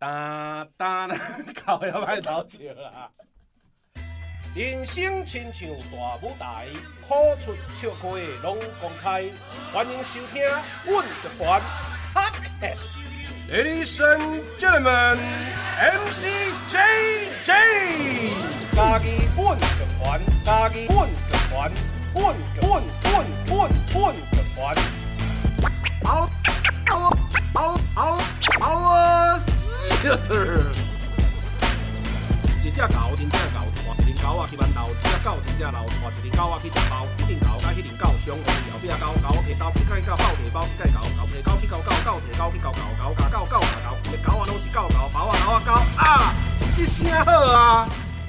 哒哒啦，靠也歹偷笑啦。人生亲像大舞台，苦出笑开拢公开。欢迎收听阮集团 Podcast。Ladies and gentlemen, MC JJ， 家己阮集团，家己阮集团，阮集团。一只狗真正狗，带一只狗仔去馒头；一只狗真正老，带一只狗仔去食包。一阵狗甲迄阵狗相共，后壁狗狗摕刀去甲狗，豹摕包去甲狗，狗摕狗去狗，狗摕狗去狗，狗甲狗，狗甲狗，个狗仔拢是狗，包仔狗啊！这声好啊！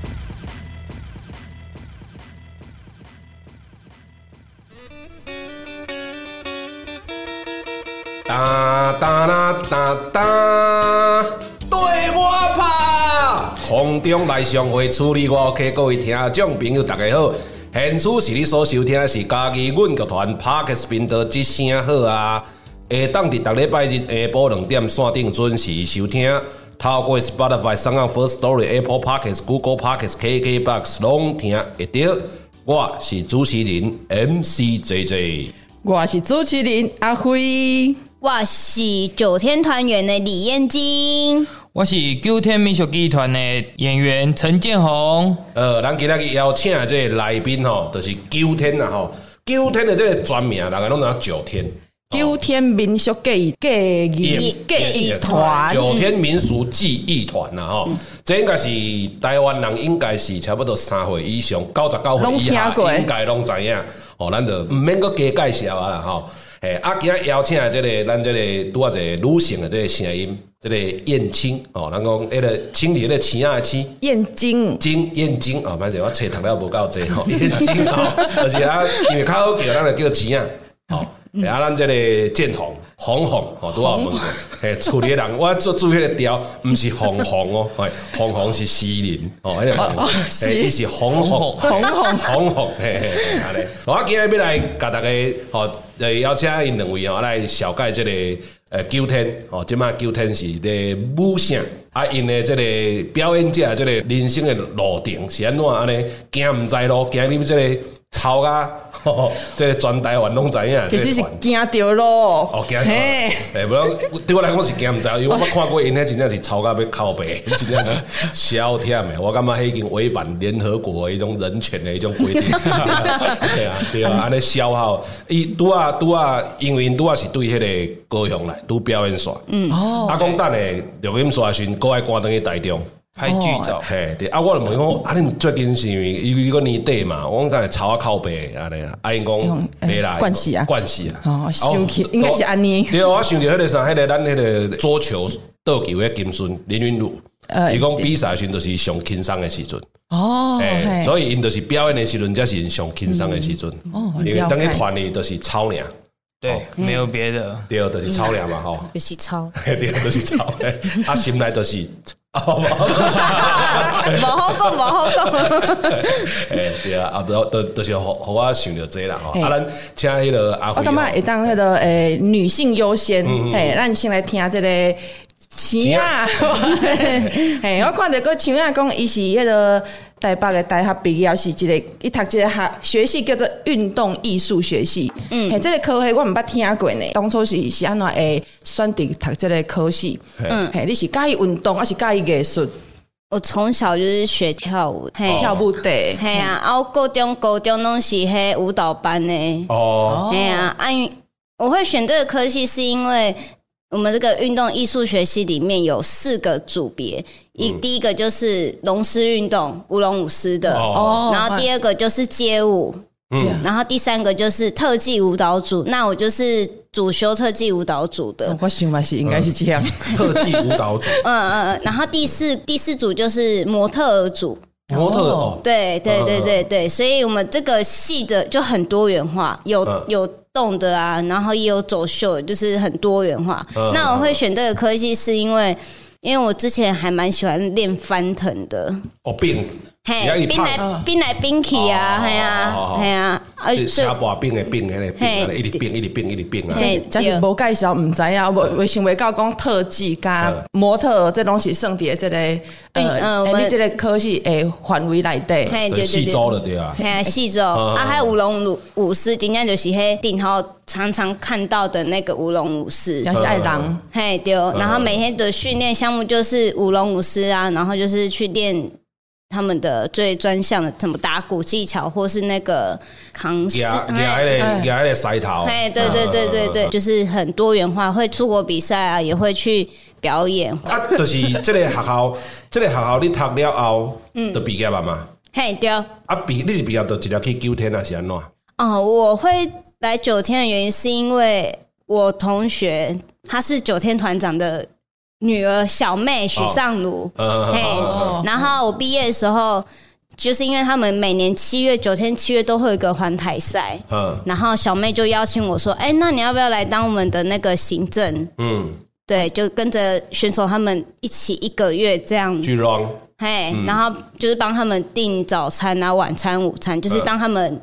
哒哒啦哒哒，对我拍！空中来相会，处理我 OK， 各位听众朋友大家好，现此是你所收听的是家己阮剧团 Podcast 频道，一声好啊！下当伫逐礼拜日下晡2点线顶准时收听，透过 Spotify、SoundOn、Firstory、Apple Podcasts、Google Podcasts、KKBox 拢听会到。我是主持人 MC JJ， 我是主持人阿辉。 我是九天团圆的李燕京， 我是九天民俗剧团的演员陈建宏。 咱今日邀请的这个来宾吼，就是九天啦吼。九天的这个全名，大家拢知道九天。 九天民俗技艺团， 九天民俗技艺团啦吼。这应该是台湾人，应该是差不多3岁以上，99岁以下应该拢知影。哦，咱就唔免搁加介绍啦吼。今日邀请的这个咱这个拄仔一个女性的这个声音，这个燕青哦，咱讲迄个青里的青啊青， 燕京哦，反正我册读了无够济吼，燕京哦，就是因为较好叫，咱就叫青啊，哦，咱这个建红哦，拄好问过，厝里的人我做迄个调，毋是红哦，红是诗人哦，迄个伊是红，嘿，安尼，我今日要来甲大家吼。邀请因两位来小解这个九天哦，即摆九天是咧武声啊，因的这个表演者这个人生的路程是安怎安尼行毋知路，行入这个草啊，这个全台湾拢知影。 其实是行着路哦，行着，无对我来讲是行毋知，因为我看过因迄真正是草到要靠背，真正是消忝的。我感觉迄已经违反联合国的一种人权的一种规定。对啊，安尼消耗伊拄啊，因为因拄啊是对迄个高雄来拄表演线，啊，讲等下录音线时，搁爱赶转去台中。 拍剧照， 嘿，对啊，我就问讲，你最近是因为伊个年底嘛，我讲草啊靠背安尼啊，因讲没啦， 关系啊， 哦， 想起应该是安尼。 对，我想到迄个啥，迄个咱迄个桌球、倒球的金孙林云儒，伊讲比赛时就是上轻松的时阵。 哦， 所以因就是表演的时阵，才是因上轻松的时阵。哦，因为当个团里都是操尔。 对，没有别的。 对，就是操尔嘛，吼。 就是操。 对，就是操。啊，心内就是。 无好讲。 对啊，就是互我想到这啦吼。啊，咱请迄个阿辉。 我感觉会当迄个女性优先，咱先来听这个青啊。我看到个青啊讲，伊是迄个台北的大学毕业，是一个伊读一个学系叫做运动艺术学系。这个科系我毋捌听过呢。当初是安怎会选择读这个科系？你是喜欢运动还是喜欢艺术？ 我从小就是学跳舞， 跳舞的， 嘿啊，我高中拢是迄舞蹈班的。哦，嘿啊，我会选这个科系是因为我们这个运动艺术学系里面有4个组别，第一个就是龙狮运动，舞龙舞狮的，然后第2个就是街舞，然后第3个就是特技舞蹈组，那我就是主修特技舞蹈组的。 我想嘛是应该是这样， 特技舞蹈组。 然后第四组就是模特儿组。 模特哦， 对，所以我们这个系的就很多元化，有动的啊，然后也有走秀，就是很多元化。那我会选这个科系是因为我之前还蛮喜欢练翻腾的。 哦，变嘿，冰来冰去啊，系啊， 车把冰的冰，迄个冰，一直冰啊。 真是无介绍，唔知啊，我想袂到讲特技加模特这东西算伫这个你这个科系诶范围内底， 对，四周了对啊， 嘿，四周啊，还有舞龙舞狮，真正就是迄顶头常常看到的那个舞龙舞狮， 就是爱人， 嘿对，然后每天的训练项目就是舞龙舞狮啊，然后就是去练。他们的最专项的怎么打鼓技巧，或是那个扛压那个塞头， 哎，对，就是很多元化，会出国比赛啊，也会去表演。 啊，就是这个学校你读了后，就毕业了嘛？ 嘿，对。啊， 你是毕业就直接去9天还是安怎？ 哦，我会来9天的原因是因为我同学他是9天团长的。女儿小妹许尚如，然后我毕业的时候，就是因为他们每年9天7月都会有一个环台赛，然后小妹就邀请我说：“哎，那你要不要来当我们的那个行政？”对，就跟着选手他们一起1个月这样去 run， 然后就是帮他们订早餐啊、晚餐、午餐，就是当他们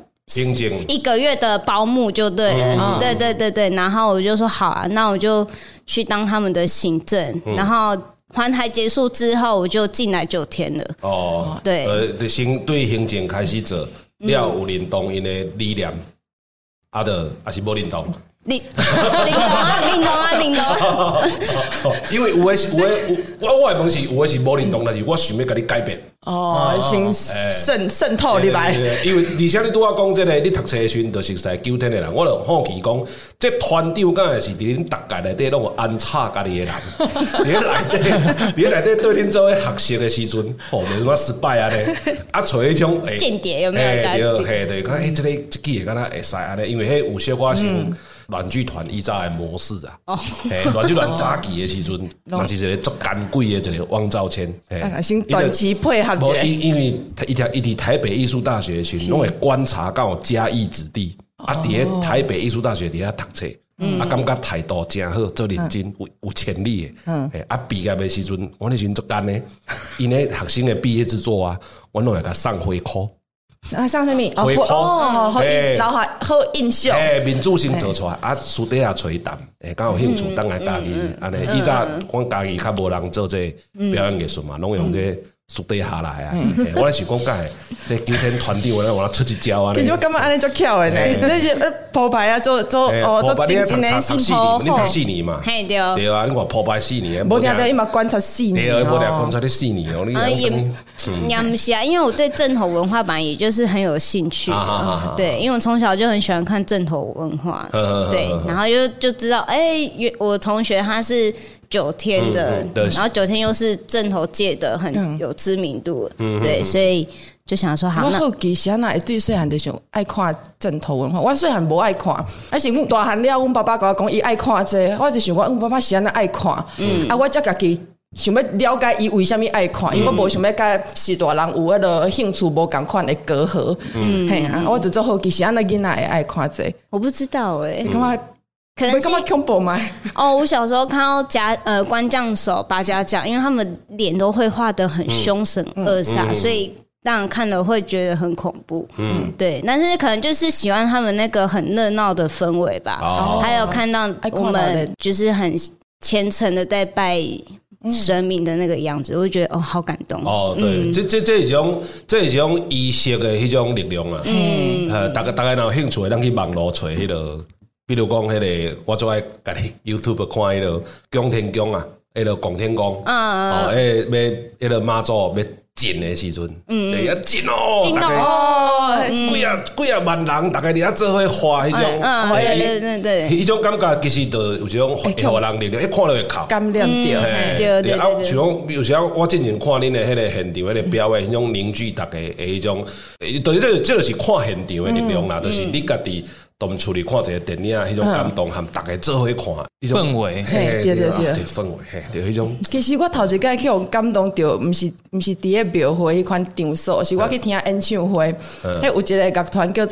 1个月的保姆就对了。对，然后我就说好啊，那我就。去当他们的行政，然后环台结束之后，我就进来9天了。哦，对， 就先对行政开始做，了有认同因的理念，啊，还是无认同。 认同啊！ 因为有的我的问是有的是无认同，但是我想要甲你改变。 哦，先渗透入来。 因为而且你拄仔讲这个，你读册的时阵就熟悉9天的人，我就好奇讲，这团长敢会是伫恁大家内底拢有安插家己的人，你内底对恁做伙学习的时阵，没什么失败啊咧，啊，找迄种间谍有没有？ 对，看这记会敢若会使安尼，因为迄有小可像。软剧团以早的模式啊，软剧团早期的时阵，嘛是一个足干贵的一个汪兆谦， 先短期配合者。 因为伊伫台北艺术大学的时阵，拢会观察到嘉义子弟，啊，伫台北艺术大学底下读册，啊，感觉态度真好，做认真，有潜力的，啊，毕业的时阵，我那时阵足干呢，因为学生的毕业制作啊，我拢会甲送回扣。 啊，上什么？好印象。 民主性做出来啊，私底下找伊谈，刚有兴趣，当然家己安尼。以早阮家己较无人做这表演艺术嘛，拢用这私底下来啊。我咧想讲，这9天团队我来出一招啊。 其实我感觉安尼足巧的呢，那些铺排啊，做定真的 4年，你读4年嘛？对啊，你看铺排4年， 无听到伊嘛观察4年， 对啊，无听观察你4年哦。 也不是啊，因为我对正头文化版也就是很有兴趣，对，因为我从小就很喜欢看正头文化，对，然后就知道，我同学他是9天的，然后9天又是正头界的很有知名度，对，所以就想说好。 我好奇是安那会对细汉就想爱看正头文化，我细汉无爱看，而是阮大汉了，阮爸爸甲我讲伊爱看这，我就想阮爸爸是安那爱看，啊，我才家己。想要了解伊为什么爱看，因为我无想要甲是大人有迄个兴趣无共款的隔阂。嘿啊，我就做好奇是安那囡仔会爱看这， 我不知道可能干嘛恐怖吗？ 我小时候看到官将手、八家将，因为他们脸都会画得很凶神恶煞，所以让人看了会觉得很恐怖。对，但是可能就是喜欢他们那个很热闹的氛围吧。还有看到我们就是很虔诚的在拜。神明的那个样子，我就觉得好感动。 对，这一种仪式的迄种力量啊。大家若有兴趣，咱去网络找迄个，比如讲迄个，我最爱家己 YouTube 看迄个供天宫啊，迄个拱天宫，要迄个妈祖要进的时阵，要进哦，几啊万人，大家伫遐做伙画迄种， 对， 迄种感觉其实就有一种互人力量，一看就会哭， 感染到， 对。啊，像讲，有时我之前看恁的迄个现场，迄个表演，迄种凝聚大家的迄种，对，这就是看现场的力量啦，就是你家己。当厝里看一个电影，迄种感动，和大家做伙看， 氛围， 对氛围，对迄种。 其实我头一届去有感动到，毋是伫个庙会迄款场所，是我去听演唱会，有一个乐团叫做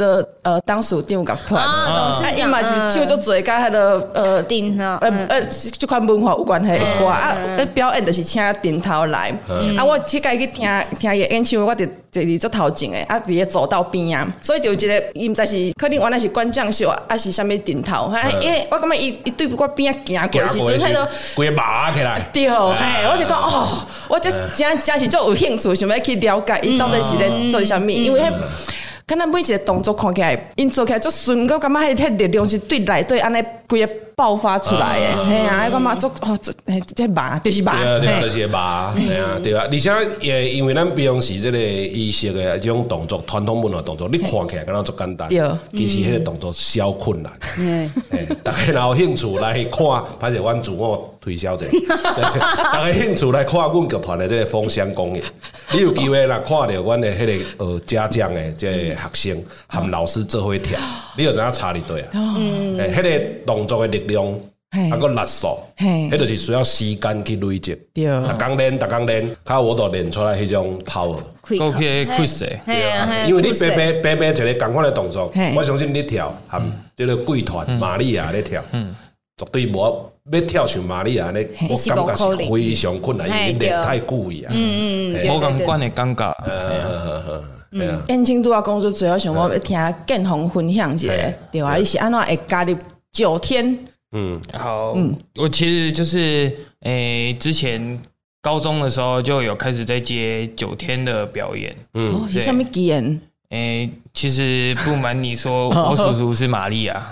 董事长甲团，伊嘛是唱足侪甲迄个顶头， 即款文化有关系的歌啊，表演就是请顶头来，啊，我去甲伊去听伊演唱，我坐伫足头前诶，啊，伫咧走道边啊，所以就有一个伊毋知是可能原来是关将秀啊，是啥物顶头，因为我感觉伊对我边仔行过时阵，迄个规麻起来， 对，嘿，我就讲哦，我真是足有兴趣，想要去了解伊到底是咧做啥物，因为迄。敢若每一个动作看起来，因做起来足顺，我感觉迄力量是对内底安尼规个爆发出来诶，嘿啊，我感觉足这麻就是麻， 对，就是麻，对啊，对啊，而且也因为咱平常时这个仪式的这种动作，传统文化动作，你看起来敢若足简单，其实迄个动作小困难，大家若有兴趣来看，歹势阮自我推销者，大家兴趣来看阮剧团的这个封箱公演，你有机会来看到阮的迄个家长的这个学生和老师做伙跳，你就知影差伫对啊，迄个动作的力量。啊，个力数，迄就是需要时间去累积。对，逐工练，较我都练出来迄种 power。 够去 quiz 因为你白一个同款的动作，我相信你跳和这个贵团玛利亚咧跳，绝对无要跳像玛利亚咧，我感觉是非常困难，因为练太久伊啊。 无共款的感觉。 演青都啊，工作主要想我要听建宏分享一下，对啊，伊是安怎会加入9天？ 好，我其实就是之前高中的时候就有开始在接9天的表演。 是什么技演？ 其实不瞒你说，我叔叔是玛利亚。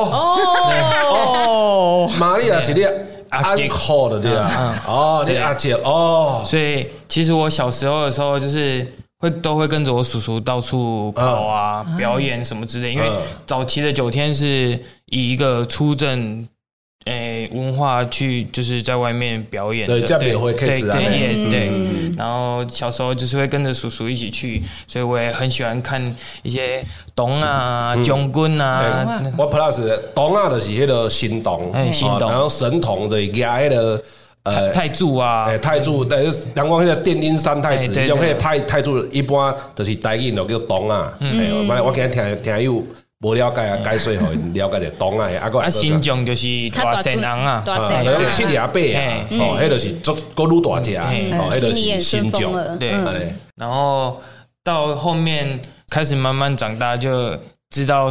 玛利亚是你阿姐的对啊。你阿姐哦。 所以其实我小时候的时候就是都会跟着我叔叔到处跑啊，表演什么之类。因为早期的9天是以一个出阵文化去，就是在外面表演的，对。然后小时候就是会跟着叔叔一起去，所以我也很喜欢看一些董啊、将军啊。 我 plus 董啊就是迄个神童，然后神童的压迄个。 太柱啊， 太柱，人讲迄个电音三太子，迄种迄个太柱一般就是台语就叫董啊。我今日听友无了解啊，解说互因了解者董啊。 新将就是大神人啊， 七条八啊，迄就是足够愈大只，迄就是新将。 对，然后到后面开始慢慢长大，就知道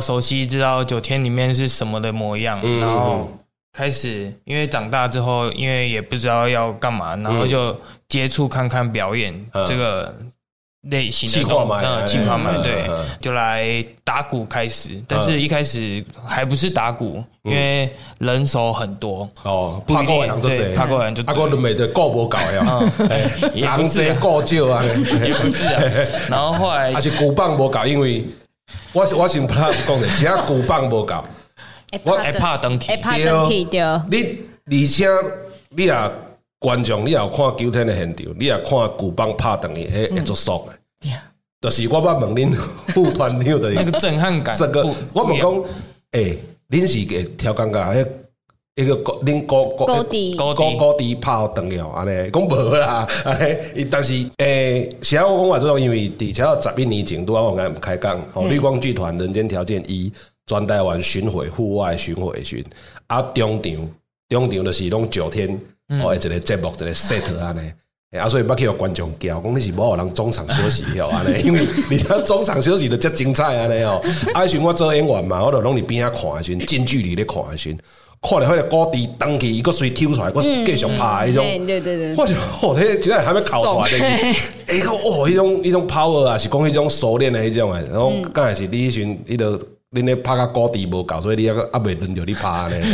9天里面是什么的模样，然后。开始，因为长大之后，因为也不知道要干嘛，然后就接触看看表演这个类型的企划嘛，对，就来打鼓开始。但是一开始还不是打鼓，因为人手很多拍过人都对，拍过人就我准备的够不够呀？人多够少啊？ 也不是啊。然后后来还是鼓棒不够，因为我先不讲的，是啊，鼓棒不够。 我会拍登去， 对。 而且你也观众，你也有看9天的现场，你也看鼓棒拍登去，会做爽的。就是我要问恁副团长的那个震撼感。 这个我问讲，恁是个跳感觉，迄个恁高低拍登了，安尼讲无啦，安尼。但是是啊，我讲话这种，因为伫前11年前拄啊，我刚才开讲，绿光剧团人间条件1。全台湾巡回户外巡回巡啊，中场就是拢9天一个节目一个 set 安尼，所以捌去互观众叫，讲你是无互人中场休息安尼，因为你知道中场休息就遮精彩安尼哦。啊，时我做演员嘛，我就拢伫边仔看时，近距离咧看时，看到迄个高低登去，伊个随抽出来，我继续拍迄种， 对， 我就迄真系还没考出来的，迄种 power 啊，是讲迄种熟练的迄种诶，然后刚才是你迄阵迄个。恁咧拍到高低无够，所以你还袂轮到你拍呢。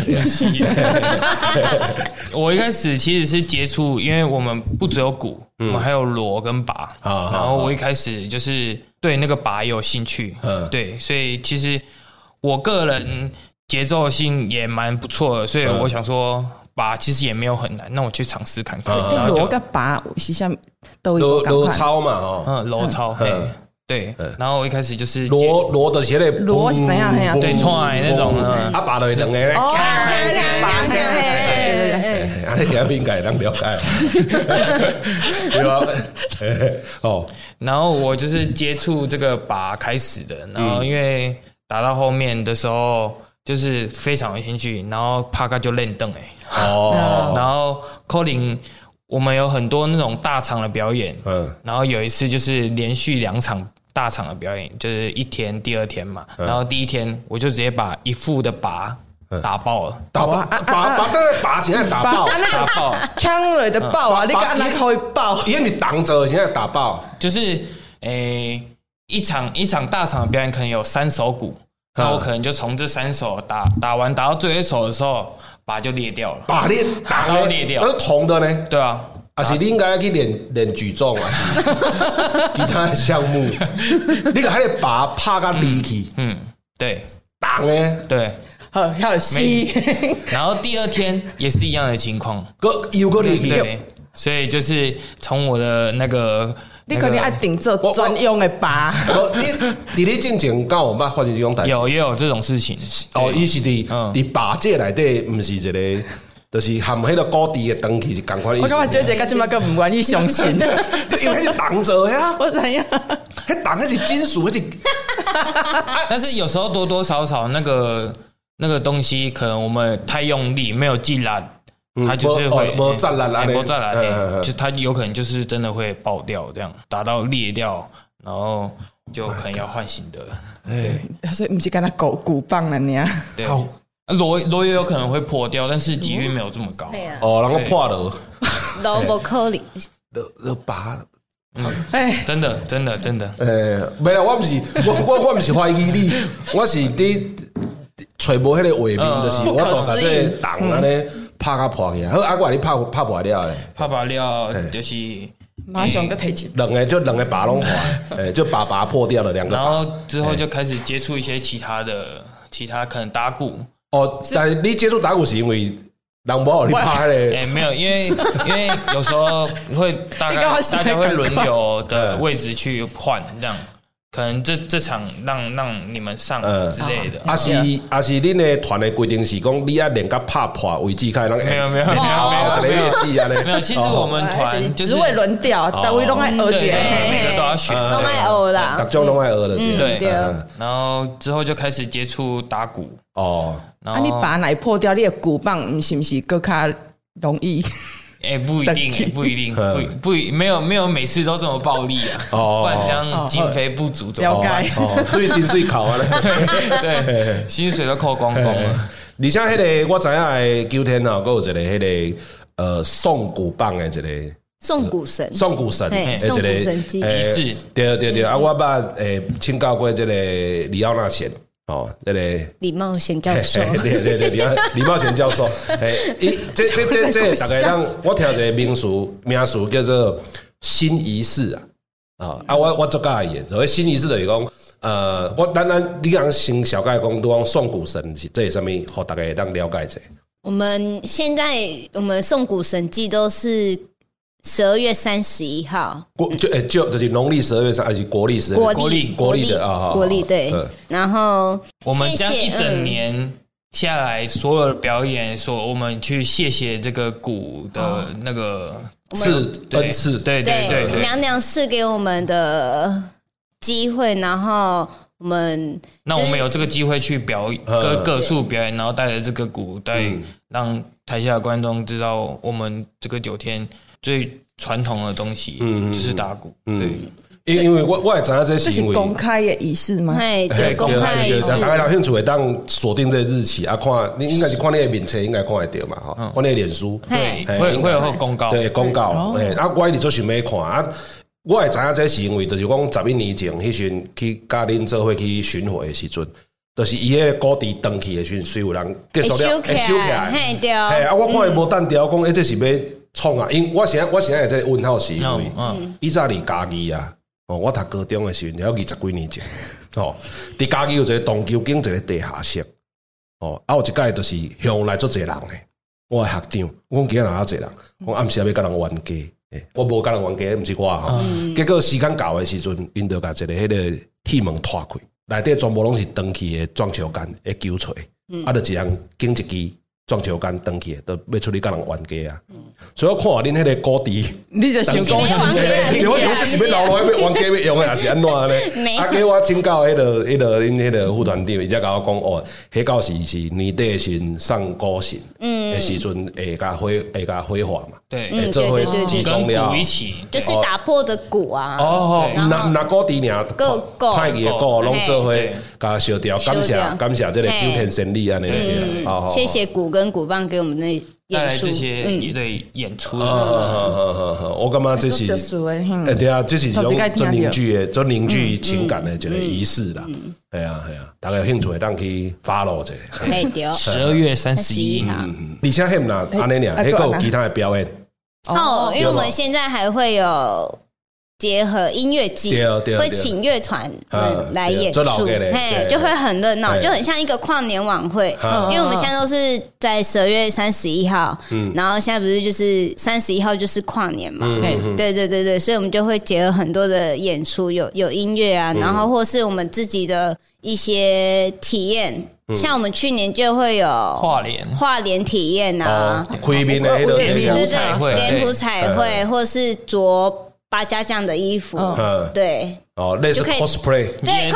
我一开始其实是接触，因为我们不只有鼓，我们还有锣跟拔。然后我一开始就是对那个拔有兴趣，对，所以其实我个人节奏性也蛮不错的，所以我想说拔其实也没有很难，那我去尝试看看。 锣跟拔是像都有锣操嘛， 锣操，对，然后我一开始就是锣的鞋类， 锣是怎样？ 对，出来那种啊，拔了两个，安尼条应该能了解，对吧？ 然后我就是接触这个拔开始的，然后因为打到后面的时候就是非常有兴趣，然后帕卡就练凳然后扣零我们有很多那种大场的表演，然后有一次就是连续2场大场的表演，就是一天第2天嘛，然后第1天我就直接把一副的靶打爆了， 拔起来打爆， 枪蕊的爆啊！你敢那可以爆？ 因为你挡着，现在打爆， 就是一场大场的表演可能有3首鼓，那我可能就从这3首打完，打到最后一首的时候，靶就裂掉了，打到裂掉， 那是铜的呢？ 对啊。 还是你应该去练举重啊，其他的项目，你个还得把它拍到离去， 对， 挡呢， 对， 还有吸， 然后第2天也是一样的情况， 又个离去， 对，所以就是从我的那个。 你可能要顶做专用的靶。 你进前刚有捌发生这种代志？ 也有这种事情。 伊是伫靶界内底，不是一个，就是含迄个高低的灯器是同款。 我感觉姐姐到现在更不愿意相信， 因为迄是挡着呀。 我知影， 迄挡迄是金属，迄是。 但是有时候多多少少那个东西，可能我们太用力，没有进来。它就是会没炸烂， 就它有可能就是真的会爆掉，这样打到裂掉，然后就可能要换新的。 所以不是跟他鼓棒了呢。 对，螺也有可能会破掉，但是几率没有这么高。 然后破了， 螺不可能， 螺拔。 真的， 没有，我不是怀疑你，我是伫揣无迄个画面，就是我当下这挡安尼。拍甲破去，好，我你拍破了咧， 拍破了就是马上就提起两个把拢破，就把破掉了2个。 然后之后就开始接触一些其他可能打鼓。 但是你接触打鼓是因为人不好你拍咧？ 没有，因为有时候会大家会轮流的位置去换这样。可能这场让你们上之类的， 是恁的团的规定是讲你要练到拍破为止，开没有一个乐器啊， 没有。其实我们团就是职位轮调，单位都爱学一个， 每个都要学， 都爱学啦， 大家都爱学的， 对。然后之后就开始接触打鼓你把奶破掉，你的鼓棒是不是更加容易？ 不一定，没有每次都这么暴力啊，不然这样经费不足怎么办？ 对薪水扣啊， 对，薪水都扣光光了。 而且迄个我知影的9天啊，还有一个迄个送鼓棒的一个送鼓神， 送鼓神仪式， 对啊，我捌请教过这个李奥纳贤。这个李茂贤教授， 对，李茂贤教授，这大概让我听一个名词叫做新仪式我做介意，所谓新仪式就是讲，你讲先小概讲，都讲送鼓神是这是什么，让大家让了解一下。 我们现在送鼓神祭都是12月31号， 就是农历12月3，还是国历12月？国历的国历对。然后我们将一整年下来所有的表演，我们去谢谢这个鼓的那个恩赐， 对， 娘娘赐给我们的机会，然后我们有这个机会去各处表演，然后带着这个鼓，让台下的观众知道我们这个9天。最传统的东西，就是打鼓。对， 因为我也知道这是公开的仪式吗？ 对，公开仪式。 大家有兴趣会当锁定这日期看你应该是看你的名册，应该看得到嘛？看你的脸书， 对，会有公告， 对，公告。我一直做想要看我也知道这是因为就是讲11年前迄时去甲恁做伙去巡回的时阵。就是伊迄个高低登去的时阵，虽有人结束了，会收起来。我看伊无单调，讲这是要创啊！因我现在在问号是因为，以前伫嘉义啊，我读高中的时阵，还有20几年前，伫嘉义有一个东球景，一个地下室，有一届就是向来足侪人的，我的学长，我讲今日哪侪人，我暗时要甲人冤家，我无甲人冤家，毋是我结果时间到的时阵，因就甲一个迄个铁门拖开。内底全部拢是登去的撞球杆的球锤，就一人捡一支撞球杆登去的，都要出去甲人冤家啊！所以我看恁迄个高低你就想讲我这是要留落去冤家要用的，还是安怎呢？啊，给我请教迄个恁迄个副团长，伊才甲我讲哦，迄到时是年底的时上古神，的时阵会甲挥化嘛， 对， 做会集中了一起， 就是打破的鼓啊。 哦，那鼓底尔，派去的鼓拢做伙甲烧掉，感谢这个九天神力安尼。 谢谢鼓跟鼓棒给我们的带来这些对演出。 我感觉这是对啊，这是一种做凝聚情感的一个仪式啦。系啊，大家有兴趣当去 follow 者。 12月31号。 而且迄啦，安尼尔，迄个有其他的表演。 哦，因为我们现在还会有结合音乐季，会请乐团来演出，就会很热闹，就很像一个跨年晚会。因为我们现在都是在12月31号，然后现在不是就是31号就是跨年嘛，对，所以我们就会结合很多的演出，有音乐啊，然后或是我们自己的一些体验。像我们去年就会有画联体验啊， 开面的脸谱彩绘，或是着八家将的衣服，对， 类似 cosplay， 对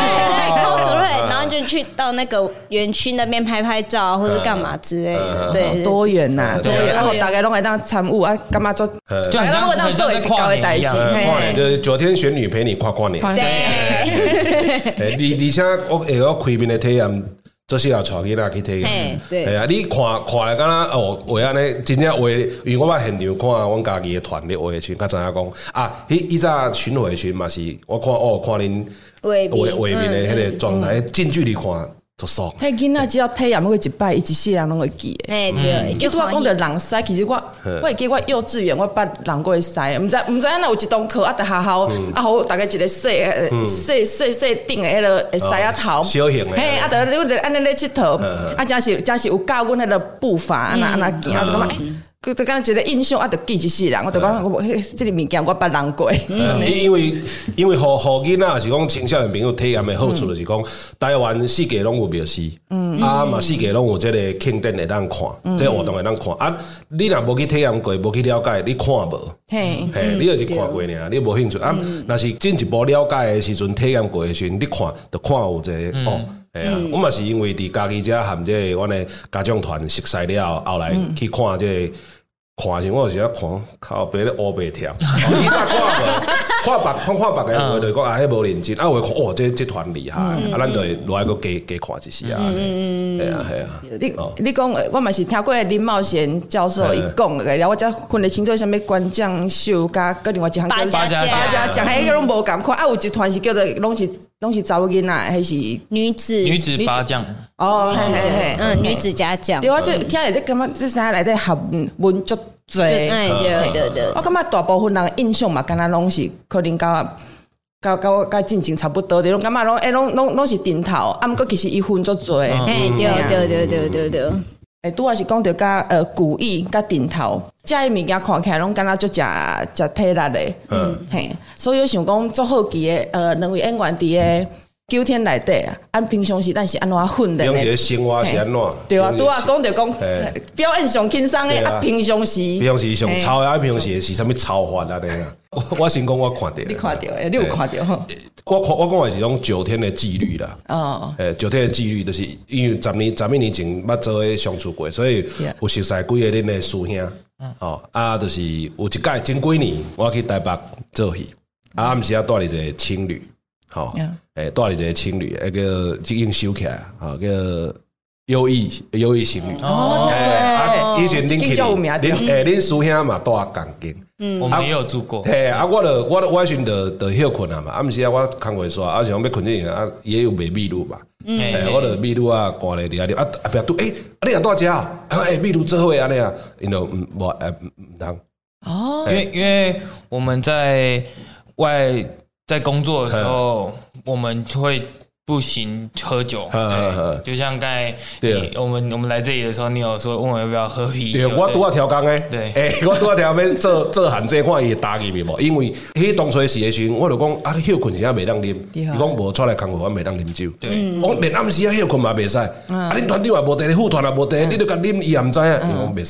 cosplay， 然后就去到那个园区那边拍照或者干嘛之类的，对， 多元呐，多元，然后大家拢会当参与啊，干嘛做， 就很像做跨年一样， 跨年就是9天玄女陪你跨年， 对， 而且我开面的体验。做适合带囡仔去体验，对啊，你看来敢若画安尼，真正画，因为我捌现场看阮家己的团咧画的时，较知影讲啊，迄早巡回时嘛是，我看恁画面的迄个状态，近距离看就爽。 迄囡仔只要体验过一摆，伊一世人拢会记的。 对， 就拄仔讲着人师，其实我会记我幼稚园我捌人过师，毋知安那有一堂课啊，伫学校啊，互大概一个细顶的迄个会师啊头， 小型的， 嘿，啊，着你安尼咧佚佗，啊，真是有教阮迄个步伐，安那行，啊，就感觉佢就敢一个印象啊，就记一世人，我就讲我这个物件我捌人过。 因为互囡仔是讲青少年朋友体验的好处就是讲，台湾四界拢有庙寺，啊嘛四界拢有这个庆典会当看，这个活动会当看。啊，你若无去体验过，无去了解，你看无，嘿，你就是看过尔，你无兴趣。啊，若是进一步了解的时阵，体验过的时阵，你看就看有这个哦。我嘛是因为伫家己遮含这阮的家长团熟悉了后来去看这个。看时，我有时啊看，靠别咧乌白跳。以前看别个话，就讲啊，迄无认真。啊，我看哦，这团厉害，啊，咱就落来个加看一时啊。系啊。 你讲，我嘛是听过林茂贤教授伊讲个，然后我才分得清楚，啥物关将秀加个另外一项八家将，迄个拢无共款。啊，有一团是叫做拢是查某囡仔，还是女子八将？ 哦，嘿， 女子家将。 对，我就听下这感觉这啥内底学问足多。 对。 我感觉大部分人印象嘛，敢若拢是可能甲进前差不多的，拢感觉拢是顶头，啊，毋过其实伊分足多。 嘿，对。 拄仔是讲着甲古意甲顶头，这些物件看起来拢敢若足食体力的，嘿，所以我想讲足好奇的两位演员伫个9天内底啊，按平常时咱是安怎训练的？ 平常时生活是安怎？ 对啊，拄仔讲着讲表演上轻松的啊，平常时上操的，平常时是啥物操法啊？咧，我先讲我看到， 你看到诶，你有看到吼？ 我讲的是种9天的纪律啦。9天的纪律就是因为十一年前捌做伙相处过，所以有熟悉几个恁的师兄。啊，就是有一届前几年我去台北做戏，啊，毋是要带你一个青旅，好，带你一个青旅，那个已经收起来，好，叫优异情侣。以前恁师兄嘛带钢筋。 我们也有住过。 嘿，啊，我迄阵就休困啊嘛，啊，毋是啊，我空袂煞，啊，想要困这啊，也有卖秘鲁嘛，我就秘鲁啊，挂咧伫遐啊，后壁拄你若带遮啊，秘鲁做伙安尼啊，因为无通。 哦， 因为我们在工作的时候，我们会不行喝酒，就像刚才我们来这里的时候，你有说问我要不要喝啤酒？ 对，我拄啊调工诶， 对， 我拄啊调面做限制，看伊会打入面无？因为迄当初时的时阵，我就讲啊，你休困时啊袂当啉，伊讲无出来工作，我袂当啉酒。 对， 我连暗时啊休困嘛袂使，啊，恁团长也无地，副团也无地，你就甲啉伊也毋知影，伊讲袂使。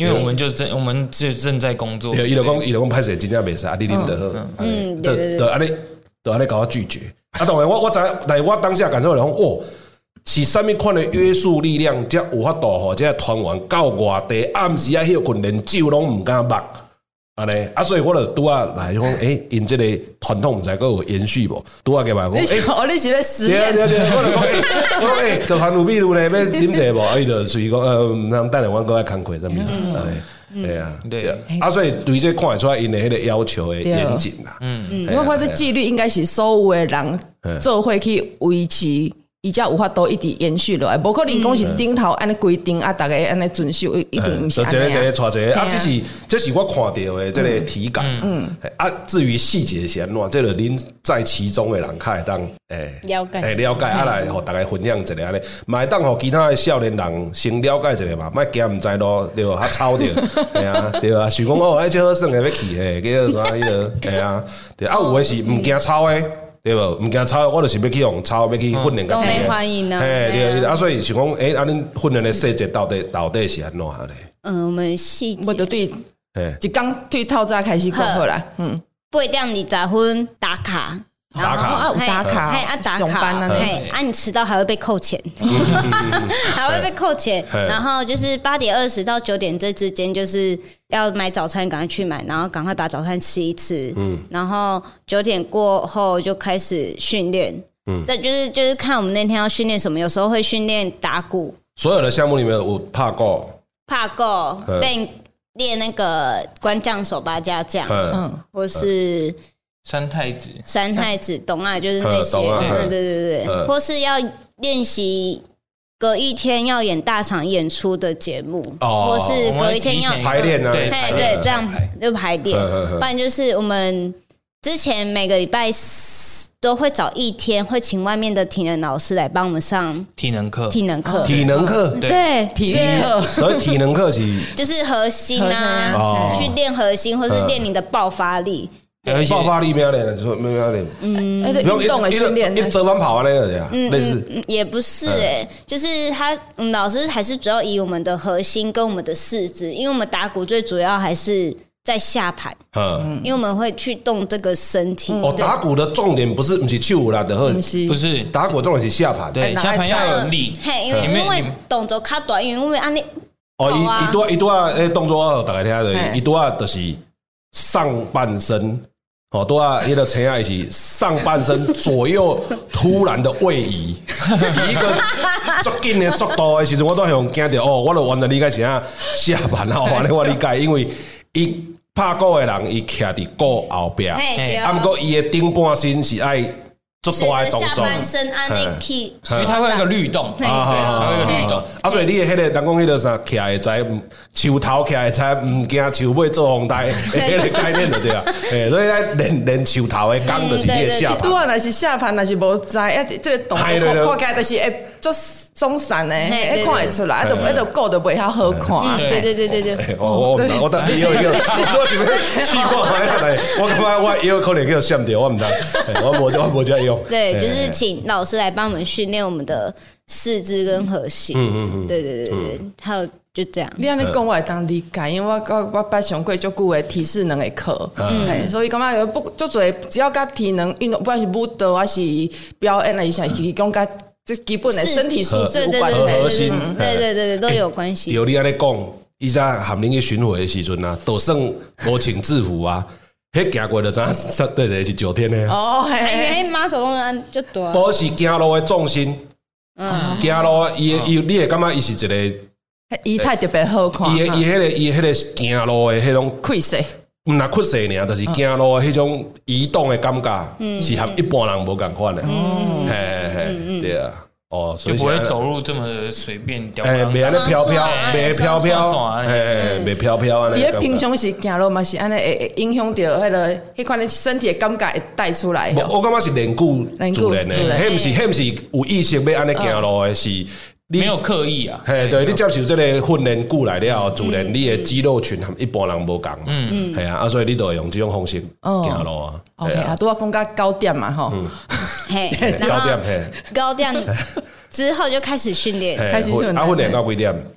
因为我们就正在工作。 伊就讲歹势，真正袂使，你啉就好。 对， 就安尼甲我拒绝。当然我知，但是我当下感受来讲，是啥物款的约束力量，才有法度吼，这团员到外地暗时啊，休困，连酒拢唔敢擘。安尼所以我就拄啊来讲，因这个传统唔知佫有延续无？拄啊个话讲， 你是要实验？ 对，我就讲，就传有秘鲁咧，要啉者无？伊就随讲，唔通等下阮佫爱工课啥物？对啊，对所以对这看得出来，因的迄个要求的严谨啦。 我看这纪律应该是所有的人做伙去维持。伊才有法度一直延续落来，无可能讲是顶头安尼规定大家安尼遵守，一定毋是安尼。 一个带一个这是我看到的这个体感。至于细节是安怎，这个恁在其中的人较会当了解来互大家分享一下安尼，嘛会当互其他的少年人先了解一下嘛，莫惊毋知路对无？较吵着，对啊，想讲这好耍的要去叫啥迄个，对有诶是毋惊吵诶。对无？毋惊吵，我就是要去用吵，要去训练。 都没欢迎啊！ 对，所以想讲，恁训练的细节到底是安怎咧？ 我们细节， 我就对，一刚对透早开始讲好啦。 8点20分打卡。 打卡， 打卡， 上班啊！你迟到还会被扣钱，还会被扣钱。然后就是8点20到9点这之间，就是要买早餐，赶快去买，然后赶快把早餐吃一吃。然后9点过后就开始训练。这就是看我们那天要训练什么，有时候会训练打鼓。 所有的项目里面，我怕够， 练那个官将手八家将，或是。 三太子，懂啊？就是那些，对，或是要练习隔一天要演大场演出的节目，或是隔一天要排练啊， 对，这样就排练。不然就是我们之前每个礼拜都会找一天，会请外面的体能老师来帮我们上体能课， 对， 体育课。 所以体能课就是核心啊，去练核心，或是练你的爆发力。 爆发力没有练，没有练。 运动的训练， 一折返跑啊那个类似。 也不是就是老师还是主要以我们的核心跟我们的四肢，因为我们打鼓最主要还是在下盘，因为我们会去动这个身体。 打鼓的重点不是手啦的， 不是打鼓重点是下盘， 对，下盘要有力。 因为动作较短，因为安尼。 伊多动作我大概听的，伊多就是上半身。多迄个车啊，是上半身左右突然的位移，以一个足紧的速度的时阵，我都用惊到我就完全理解是啊下盘啊，完了我理解，因为伊拍鼓的人伊徛伫鼓后边，啊，不过伊的顶半身是爱做大的动作， 下半身安尼去， 所以它会有一个律动，它会有一个律动。 所以你的迄个人讲迄个啥徛会知，树头徛会知，唔惊树尾做风台，迄个概念就对啊。所以咱练树头的工就是你的下盘。 拄啊，若是下盘，若是无知，这个动作看起来就是会做松散的，看会出来，一就鼓就袂遐好看。 对。 我等以后，我是要试看下，我感觉我以后可能叫闪掉，我唔知，我无这用。 对，就是请老师来帮我们训练我们的四肢跟核心。对，还有就这样。 你安尼讲我会当理解，因为我捌上过足久的体适能的课，所以感觉不足侪，只要甲体能运动，不管是舞蹈还是表演啊，是讲甲这基本的身体素质有关核心， 对，都有关系。 有你安尼讲，伊在含恁去巡回的时阵啊，都算无穿制服啊。迄行过就知影，对是9天的。 因为马手拢安就大。 都是行路的重心，行路你会感觉伊是一个仪态特别好看。 伊迄个行路的迄种气势， 毋那气势尔，就是行路的迄种移动的感觉，是和一般人无共款的。对啊。 就不会走路这么随便掉。 袂安尼飘飘，袂飘飘，袂飘飘安尼。 伫平常时行路嘛是安尼，会影响到迄款身体的感觉会带出来。 我感觉是练久自然的，迄毋是有意识要安尼行路的，是没有刻意啊。 对，你接受这个训练久来了，自然你的肌肉群和一般人无共。系啊，所以你就会用这种方式行路啊。 OK 啊，都要讲到高点嘛，吼。 高点之后就开始训练， 训练到几点？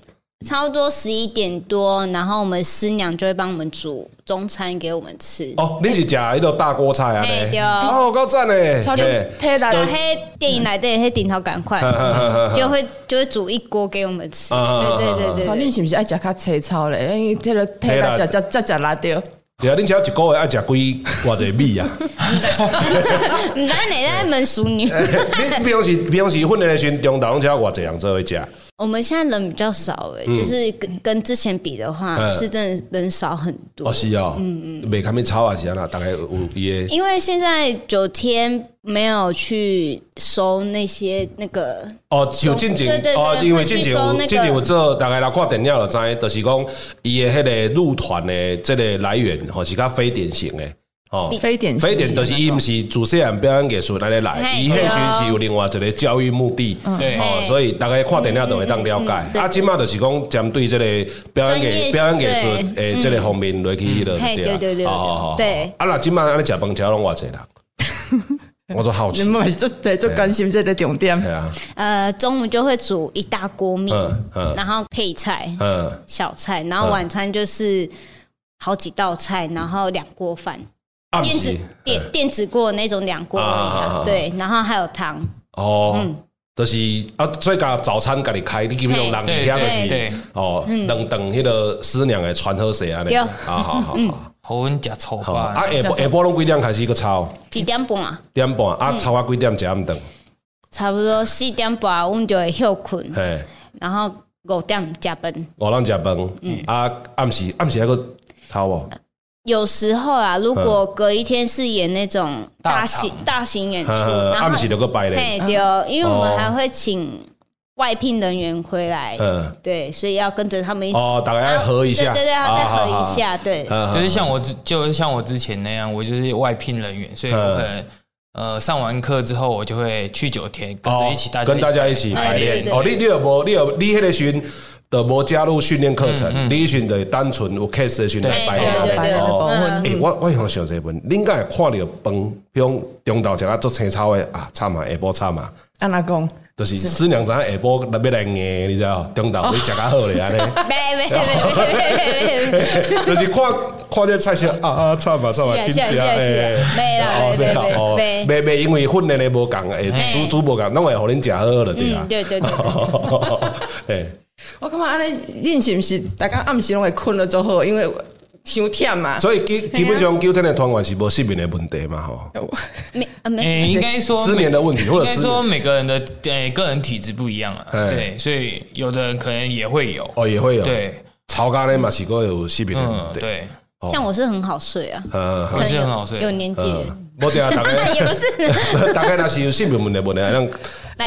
差不多11点多，然后我们师娘就会帮我们煮中餐给我们吃。 哦，恁是食迄个大锅菜啊？ 对哦，够赞嘞！ 超就贴来， 黑电影来的黑顶头赶快，就会煮一锅给我们吃。对。 超你是不是爱食较青草嘞？因为贴了贴来食辣椒。 对啊，恁只要一个月爱食偌济米啊？ 唔知你在问淑女。 你平时训练的时候，中昼拢只要偌济人做伙食？ 我们现在人比较少就是跟之前比的话，是真的人少很多。 哦，是哦，袂堪面吵啊是安啦，大概有伊的。 因为现在9天没有去收那些那个哦，就进前哦，因为进前有做，大概来看电影就知，就是讲伊的迄个入团的这个来源，吼是较非典型的。哦， 非典就是伊毋是自细汉表演艺术安尼来，伊迄时是有另外一个教育目的，哦，所以大家看电影都会当了解。啊，即马就是讲针对这个表演艺术诶，这个方面落去了， 对，好，对。 啊，那即马安尼食饭吃拢偌济啦？我说好奇， 你们就关心这个重点。 中午就会煮一大锅面，然后配菜，小菜，然后晚餐就是好几道菜，然后2锅饭。电子锅那种2锅，对，然后还有汤。哦， 就是啊，所以甲早餐家己开，你基本上人遐就是哦，2顿迄个师娘的传好势安尼。好， 好阮食粗饱。 啊，下晡拢几点开始去炒 ？1点半啊。 1点半啊，炒啊几点食暗顿？ 差不多4点半，阮就会休困。然后5点食饭。 5点食饭。啊，暗时还个炒无？ 有时候啊，如果隔一天是演那种大型演出， 暗时就个摆嘞， 对，因为我们还会请外聘人员回来，对，所以要跟着他们大家合一下， 对，要再合一下，对。 就是像我之前那样，我就是外聘人员，所以我可能上完课之后，我就会去9天，跟大家一起排练。哦，你迄个时就无加入训练课程，你训的单纯有 case 的训练排练。我想想这问，恁敢会看到饭，比如中昼食啊做青草的啊，惨嘛，下晡惨嘛。 安怎讲？ 就是师娘知影下晡要来硬，你知道？中昼你食较好咧安尼。就是看这菜色啊，惨嘛，紧食诶。袂因为训练的无共，煮无共，拢会互恁食好了对啊。 对。 我感觉安尼，恁是毋是大家暗时拢会困了就好，因为伤忝嘛。 所以基本上9天的团员是无失眠的问题嘛，吼。 应该说失眠的问题，或者应该说每个人的个人体质不一样啊，对，所以有的人可能也会有， 也会有， 对。 超咖呢嘛是个有失眠的问题， 对。 像我是很好睡啊， 我是很好睡， 有年纪。 无对啊，大概也不是， 大概那是有失眠问题，让来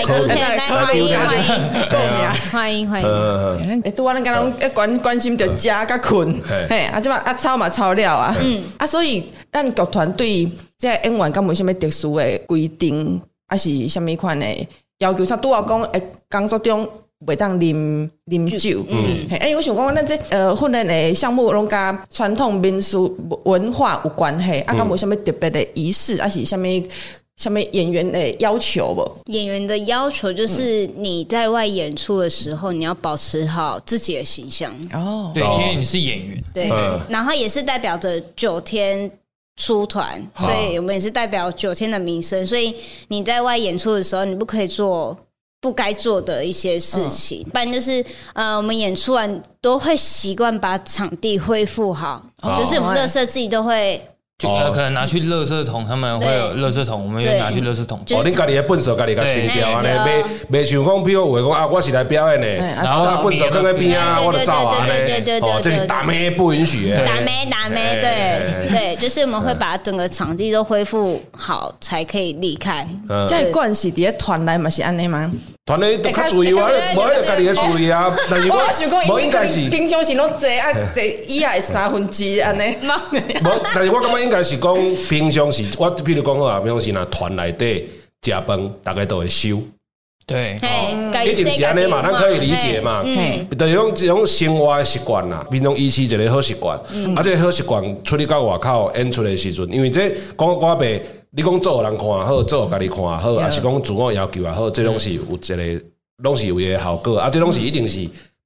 欢迎。 拄我咱刚刚关心着食甲困，即摆操嘛操了啊，所以咱剧团对这演员敢有啥物特殊的规定，还是啥物款的要求？拄我讲工作中袂当啉酒，因为我想讲，咱这训练的项目拢甲传统民俗文化有关系，敢有啥物特别的仪式，还是啥物演员的要求不？ 演员的要求就是你在外演出的时候，你要保持好自己的形象。 对，因为你是演员， 对，然后也是代表着9天出团，所以我们也是代表9天的名声，所以你在外演出的时候，你不可以做不该做的一些事情，不然就是我们演出完都会习惯把场地恢复好，就是我们垃圾自己都会。 就可能拿去垃圾桶，他们会有垃圾桶，我们也拿去垃圾桶。 你家己的粪扫家己甲清掉安尼，袂像讲，譬如话讲啊，我是来表演的，然后粪扫放在边啊，我就走啊安尼。这是打咩不允许的。 打咩，对，就是我们会把整个场地都恢复好，才可以离开。 这关系伫团内嘛是安尼吗？ 团内都较注意啊，无迄个家己的注意啊。但是我想讲， 无应该是平常时拢坐以下1/3安尼。 无，但是我感觉应该是讲平常时，我譬如讲好啊，平常时若团内底食饭，大家都会收。 对， 一定是安尼嘛，咱可以理解嘛。就是讲这种生活的习惯啦，平常维持一个好习惯，这个好习惯出去到外口演出的时阵，因为这讲我白，你讲做人看好，做家己看好，还是讲自我要求也好，这拢是有一个，拢是有一个效果，这拢是一定是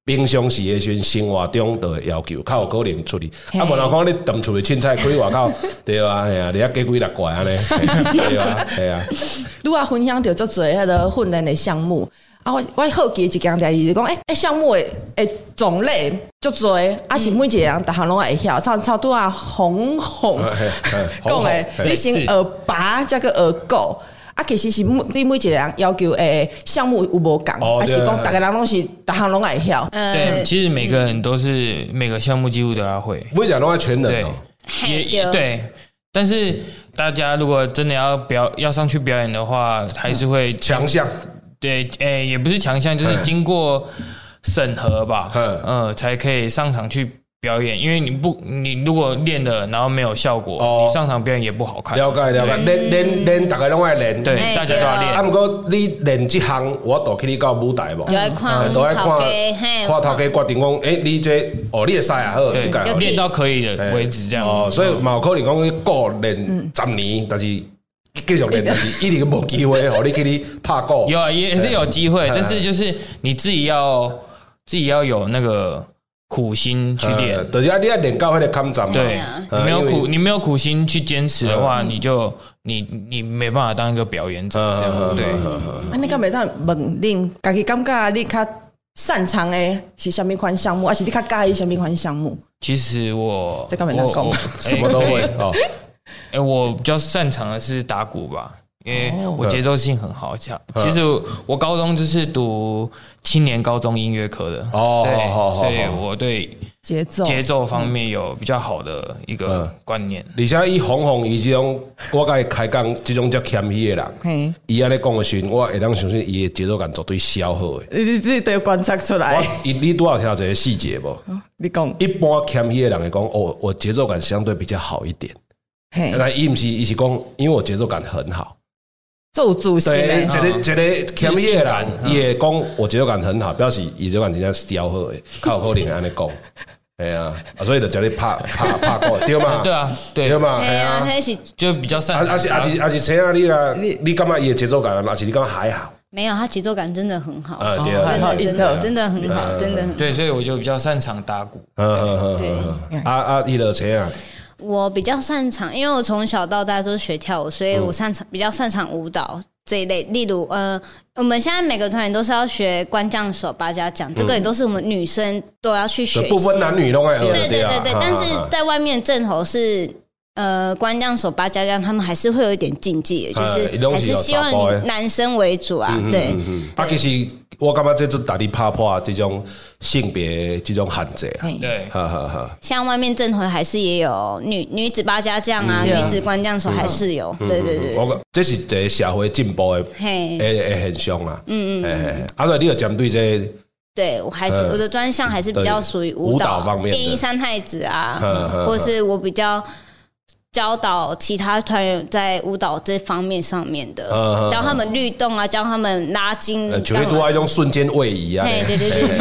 平常时的时生活中的要求，较有可能出去。啊，无人讲你炖厝的凊彩开外口，对啊，系啊，你遐加几6怪安尼，对啊，系啊。 拄啊分享到足侪迄个训练的项目。啊，我好奇一件代志，就讲，项目的种类足侪，是每一个人逐项拢会晓。差拄啊，红讲的，你先学拔加个学狗。其实是对每一个人要求项目有无共，还是讲大家人拢是逐项拢会晓？ 对，其实每个人都是每个项目几乎都要会， 每个人都要全能哦。 也对，但是大家如果真的要上去表演的话，还是会强项。 对，也不是强项，就是经过审核吧，才可以上场去表演。因为你如果练了然后没有效果，你上场表演也不好看。 了解，练，大家拢爱练， 对，大家都要练。 啊，不过你练这项，我都去你到舞台无， 都要看头家决定讲，你这你会使啊，好，这个练到可以的为止，这样。 所以嘛有可能讲你过练10年，但是。继续练，但是一定无机会哦。你去你拍鼓有啊，也是有机会，但是就是你自己要有那个苦心去练， 就是你要练到那个坎站嘛。 对，你没有苦心去坚持的话，你没办法当一个表演者。对， 你敢袂当问恁家己感觉你较擅长的是什么款项目，还是你较介意什么款项目？ 其实我这敢袂当讲， 什么都会哦。 我比较擅长的是打鼓吧，因为我节奏性很好。其实我高中就是读青年高中音乐科的，对，所以我对节奏方面有比较好的一个观念。 而且以红伊这种，我甲伊开讲这种叫谦虚的人，伊安尼讲的时候，我会当相信伊的节奏感绝对小好的。 你自己都要观察出来。 你多少听到这些细节不？ 你讲一般谦虚的人会讲，我节奏感相对比较好一点。但伊是讲，因为我节奏感很好， 做主席。 对，一个谦虚的人，伊会讲我节奏感很好，表示伊节奏感真正小好的，较有可能安尼讲。系啊，所以就叫你拍鼓，对嘛？ 对啊， 对嘛？ 系啊，那是就比较擅长。 还是车啊，你感觉伊的节奏感，还是你感觉还好？ 没有，他节奏感真的很好。 对啊，真的很好，真的很好。 对，所以我就比较擅长打鼓。 对。 伊的车啊。 我比较擅长，因为我从小到大都学跳舞，所以我比较擅长舞蹈这一类。例如，我们现在每个团员都是要学官将手、八家将，这个也都是我们女生都要去学习。 不分男女都爱学。 对。但是在外面正头是官将手、八家将，他们还是会有一点禁忌，就是还是希望以男生为主啊。对。 其实我感觉这就大力打破这种性别这种限制啊。 对， 像外面正头还是也有女子八家将啊，女子官将手还是有。对。 这是一个社会进步的现象啊。所以你有针对这。 对，我还是我的专项还是比较属于舞蹈方面， 电音三太子啊，或者是我比较教导其他团员在舞蹈这方面上面的，教他们律动啊，教他们拉筋， 就会多一种瞬间位移啊。 对，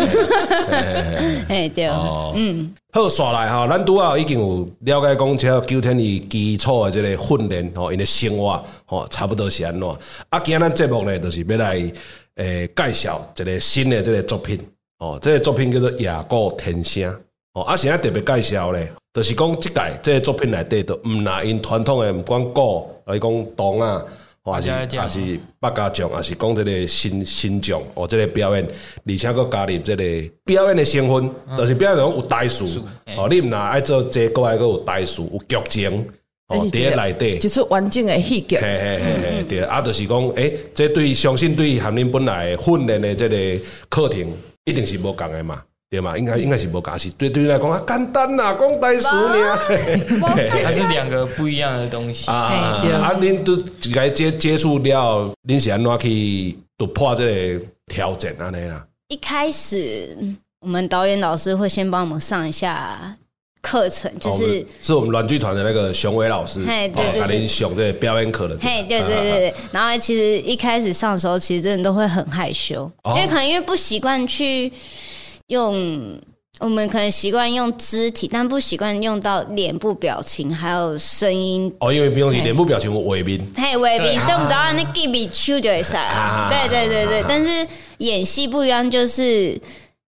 对， 好，刷来哈，咱拄啊已经有了解讲，这9天的基础的这个训练吼，因的生活吼，差不多是安怎？今日咱节目呢，就是要来介绍一个新的这个作品哦，这个作品叫做《野鼓天声》哦，现在特别介绍呢。就是讲，这届这个作品内底，都唔拿因传统的，不管鼓，还是讲铜啊，还是八家将，还是讲这个新将哦，这个表演，而且佮加入这个表演的成分，就是表演讲有台词哦，你唔拿爱做这个，还佮有台词，有剧情哦，伫内底， 一出完整的戏剧。 嘿，对，就是讲，这对相信对含恁本来训练的这个课程，一定是无共的嘛。对嘛，应该是无假是对你来讲啊，简单啦，讲台词尔， 它是两个不一样的东西啊。恁都该接触了，恁是安怎去突破这个挑战安尼啦？ 一开始我们导演老师会先帮我们上一下课程，就是我们软剧团的那个熊伟老师， 对， 给恁上这个表演课的。 对。然后其实一开始上的时候，其实真的都会很害羞，因为可能因为不习惯去。我们可能习惯用肢体，但不习惯用到脸部表情还有声音。 因为不用脸部表情有画面， 画面，所以我们只要那give me 手就会使。对。但是演戏不一样，就是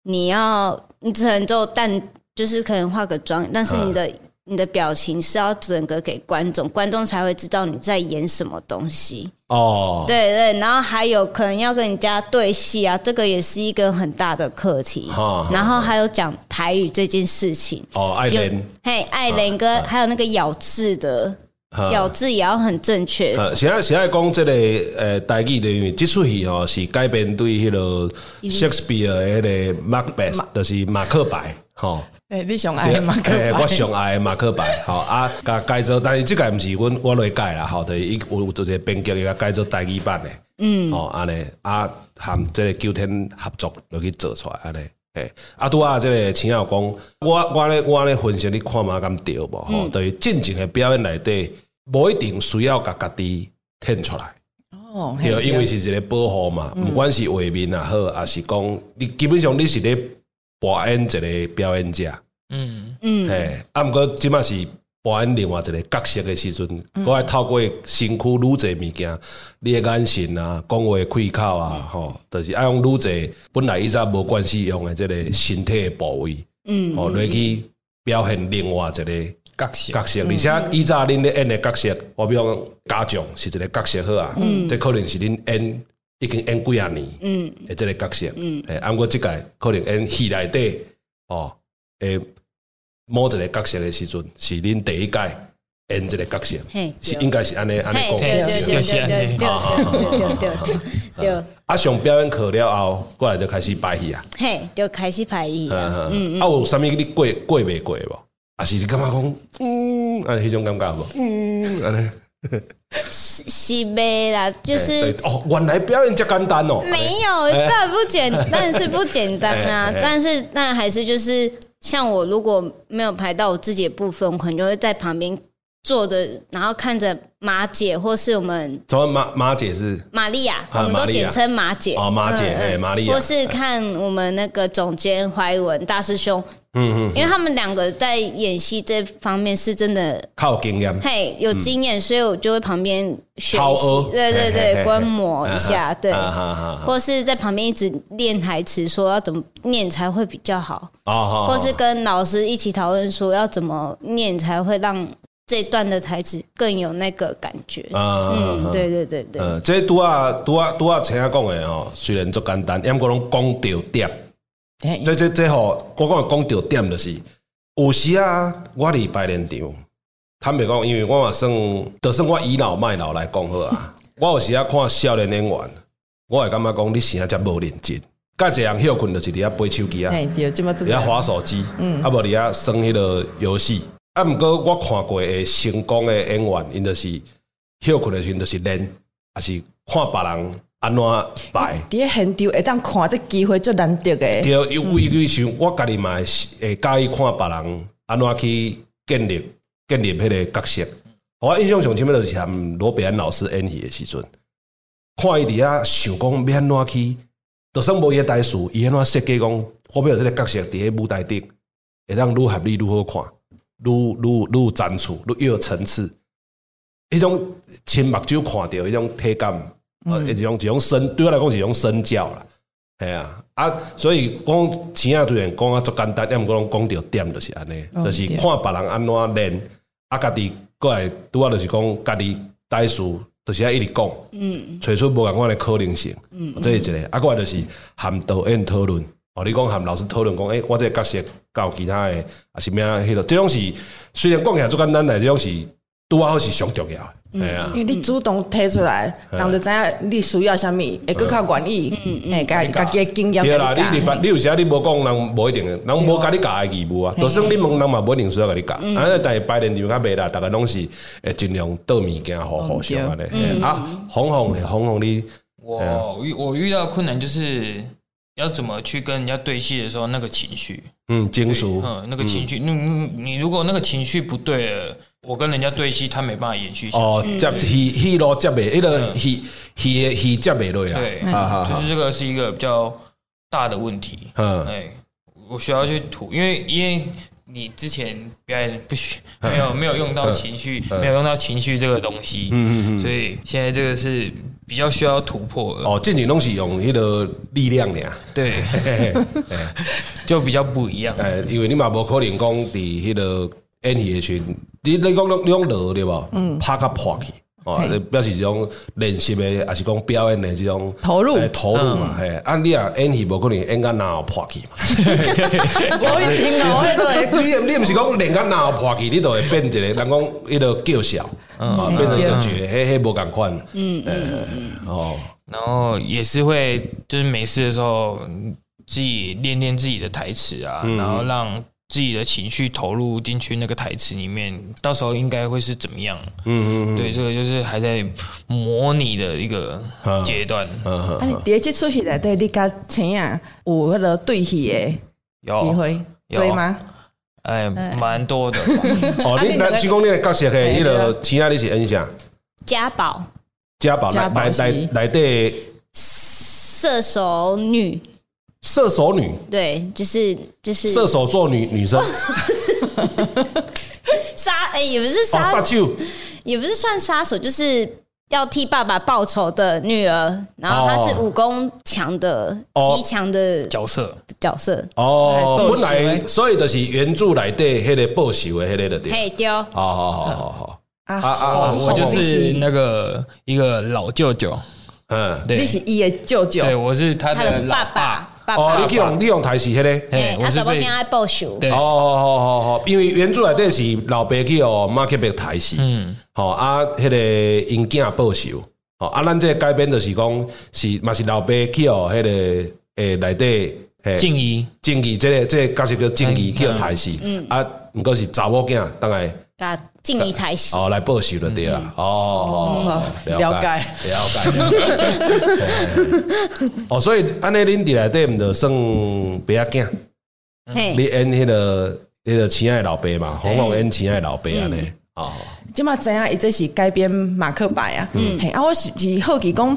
你只能做就是可能化个妆，但是你的表情是要整个给观众才会知道你在演什么东西。哦，对对，然后还有可能要跟人家对戏啊，这个也是一个很大的课题。然后还有讲台语这件事情。哦，爱莲，爱莲跟还有那个咬字的。咬字也要很正确。 现在讲这个台语的，因为这出戏吼是改编对迄个 Shakespeare 的迄个 Macbeth， 就是马克白吼。 你上爱的马克白， 我上爱的马克白，吼啊，改做，但是这个不是我来改啦，吼，就是有一个编剧给改做台语版的，吼安尼啊，和这个九天合作落去做出来安尼。拄啊，这个青友讲，我咧分析你看嘛敢对无？吼，对正经的表演内底，无一定需要家己填出来。哦，对，因为是一个保护嘛，不管是画面也好，还是讲你基本上你是咧扮演一个表演者。毋过即马是扮演另外一个角色的时阵，我爱透过身躯愈侪物件，你的眼神啊，讲话开口啊，吼，就是爱用愈侪本来伊早无关系用的这个身体的部位，来去表现另外一个角色，而且以早恁咧演的角色，我比如讲家将是一个角色好啊，这可能是恁演已经演几啊年，的这个角色，毋过即届可能演戏内底，某一个角色的时阵，是恁第一届演这个角色，是应该是安尼讲， 对。 啊，上表演课了后，过来就开始排戏啊， 就开始排戏。 啊，有啥物你过袂过无？啊，是你感觉讲，安尼迄种感觉无？安尼。 是袂啦，就是原来表演这简单哦， 没有，当然不简单，是不简单啊，但还是就是像我如果没有排到我自己的部分，我可能就会在旁边坐着，然后看着马姐或是我们马姐是玛利亚，我们都简称马姐马姐玛利亚， 或是看我们那个总监怀文大师兄。因为他们两个在演戏这方面是真的靠经验， 有经验，所以我就会旁边学习，对，观摩一下，对，或是在旁边一直练台词，说要怎么念才会比较好，或是跟老师一起讨论说要怎么念才会让这段的台词更有那个感觉。对。 这拄啊请讲的哦，虽然足简单，不过拢讲到点。这吼，我讲到点就是有时啊，我伫排练场，坦白讲，因为我嘛算我倚老卖老来讲好啊。我有时啊看少年演员，我会感觉讲你声才无认真，甲一样休困就是伫遐背手机啊，伫遐滑手机，啊无伫遐耍迄个游戏。啊，毋过我看过的成功的演员，因就是休困的时阵就是练，还是看别人。安怎摆？ 伫现场会当看这机会最难得的。 对，因为像我家己嘛会介意看别人安怎去建立迄个角色。我印象上深刻就是和罗北安老师演戏的时阵，看伊伫遐想讲要安怎去，就算无伊个台词，伊安怎设计讲，我要有这个角色伫迄舞台顶，会当愈合理愈好看，愈有层次，愈有层次。迄种亲目睭看到迄种体感。一种身对我来讲是一种身教啦，系啊，所以讲钱啊，虽然讲啊足简单，毋过拢讲到点就是安尼，就是看别人安怎练，啊，家己过来拄啊，就是讲家己台词，就是要一直讲，找出无共款的可能性，这是一个，啊，过来就是和导演讨论，你讲和老师讨论讲，我这个角色搞其他的，啊是咩迄个，这种是虽然讲起来足简单，但这种是拄啊好是上重要。因为你主动提出来，人就知影你需要啥物，会更较愿意。家己的经验。 对啦，你有时你无讲，人无一定，人无甲你教的义务啊。就算你问人嘛，无一定需要甲你教。但是排练场较袂啦，大家拢是尽量倒物件互相安尼。红你， 我遇到困难就是要怎么去跟人家对戏的时候，那个情绪， 情绪， 那个情绪，你如果那个情绪不对了。我跟人家对戏，他没办法延续下去。 戏路接袂，迄个戏接袂落啦。 对，就是这个是一个比较大的问题。我需要去吐，因为你之前表演没有用到情绪，没有用到情绪这个东西，所以现在这个是比较需要突破的。 哦，之前拢是用迄个力量尔， 对，就比较不一样。 因为你嘛无可能讲伫迄个演戏的时，你讲你讲落对无？拍甲破去。哦，表示这种练习的，还是讲表演的这种投入嘛，嘿，按你啊演戏无可能演到哪有破去嘛， 我一听哦， 你不是讲练到哪有破去，你就会变一个，人讲迄个叫嚣，变成一个绝，迄无共款，哦， 然后也是会就是没事的时候自己练自己的台词啊，然后让自己的情绪投入进去那个台词里面，到时候应该会是怎么样？对，这个就是还在模拟的一个阶段。 你第一次出戏内底，你甲青啊有迄个对戏的机会多吗？ 蛮多的。 哦，你那是讲你的角色的迄个青啊，你是演啥？ 家宝内底射手女。 射手女， 对，就是射手座女生， 也不是杀手， 也不是算杀手，就是要替爸爸报仇的女儿，然后她是武功强的、极强的角色。 哦，本来所以就是原著内底迄个报仇的迄个的对。 嘿，对。 好。 我就是那个一个老舅舅。 对，你是伊的舅舅， 对，我是他的爸爸。 哦，你用台词迄个， 我是被爱报仇。 对， 好，因为原著内底是老爸去马克白台词，迄个因囝报仇，咱这改编就是讲是嘛是老爸去迄个内底静怡， 这个角色叫静怡去台词，毋过是查某囝，当然。 敬仪台词来报仇就对了。了解。所以安尼恁伫内底毋就算爸仔囝，你演迄个亲爱的老爸嘛，红红演亲爱的老爸安尼。 即马知影伊这是改编马克白啊。我是好奇讲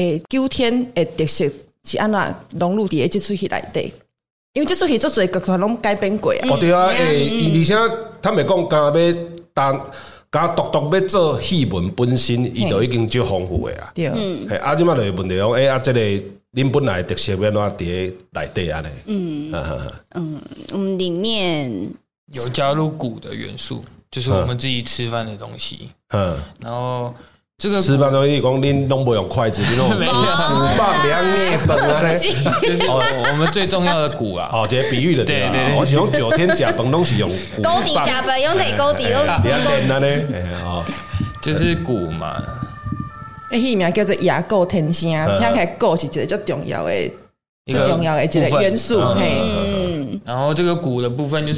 9天的特色是安怎融入伫这出戏内底？因为这出戏做侪剧团拢改编过啊。 对啊，而且坦白讲，敢独要做戏文本身，伊就已经足丰富的啊。 对， 即马就会问题讲，这个恁本来特色要怎伫内底安尼？ 我们里面有加入鼓的元素，就是我们自己吃饭的东西。然后这个吃饭东西，讲恁拢无用筷子，你弄500两面饭啊咧。 我们最重要的鼓啊， 这个比喻的对。我是用9天食饭拢是用高底食饭，用摕高底用。 练啊咧， 就是鼓嘛。 迄名叫做牙垢天声，听起来垢是一个最重要的一个元素。 然后这个鼓的部分就是，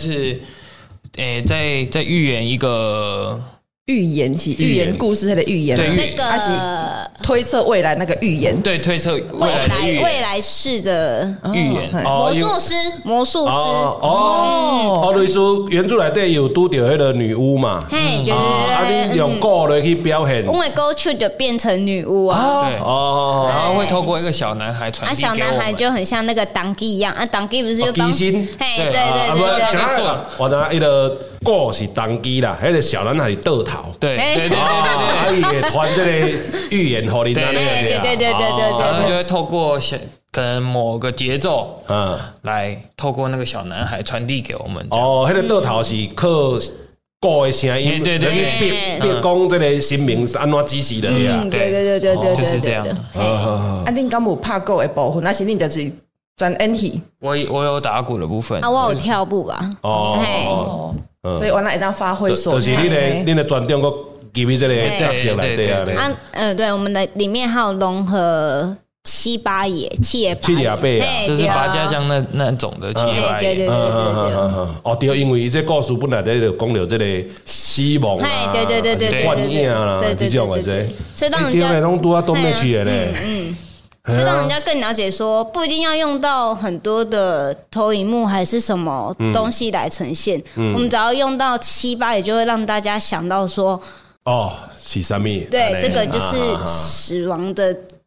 在预言一个。 预言故事，它的预言， 对，那个它是推测未来那个预言， 对，推测未来式的预言。 魔术师， 类似原著内底有拄到迄个女巫嘛，你用鼓来去表现， 因为歌曲就变成女巫啊， 然后会透过一个小男孩传递给我们， 小男孩就很像那个当机一样当机不是就帮机心， 对， 我拿一个鼓是当机啦，迄个小男孩是倒头。 对， 伊会传这个预言互你那里对， 然后就会透过可能某个节奏，来透过那个小男孩传递给我们。 迄个倒头是靠鼓的声音， 对， 别讲这个新名是安怎指示的呀？ 对， 就是这样。 恁敢有拍鼓的部分，还是恁就是专演戏？ 我有打鼓的部分， 我有跳舞吧。 所以完了一定发挥所长，就是恁的专长，我给予这个角色来对啊。 对，我们的里面还有融合七爷八爷， 就是八家将那种的七爷八爷。 对， 因为这故事本来就讲到这个希望啊， 对， 幻影啦，这种的这， 所以当人家拢都没去的嘞。 就让人家更了解说不一定要用到很多的投影幕还是什么东西来呈现，我们只要用到7、8，也就会让大家想到说是什么？ 对，这个就是死亡的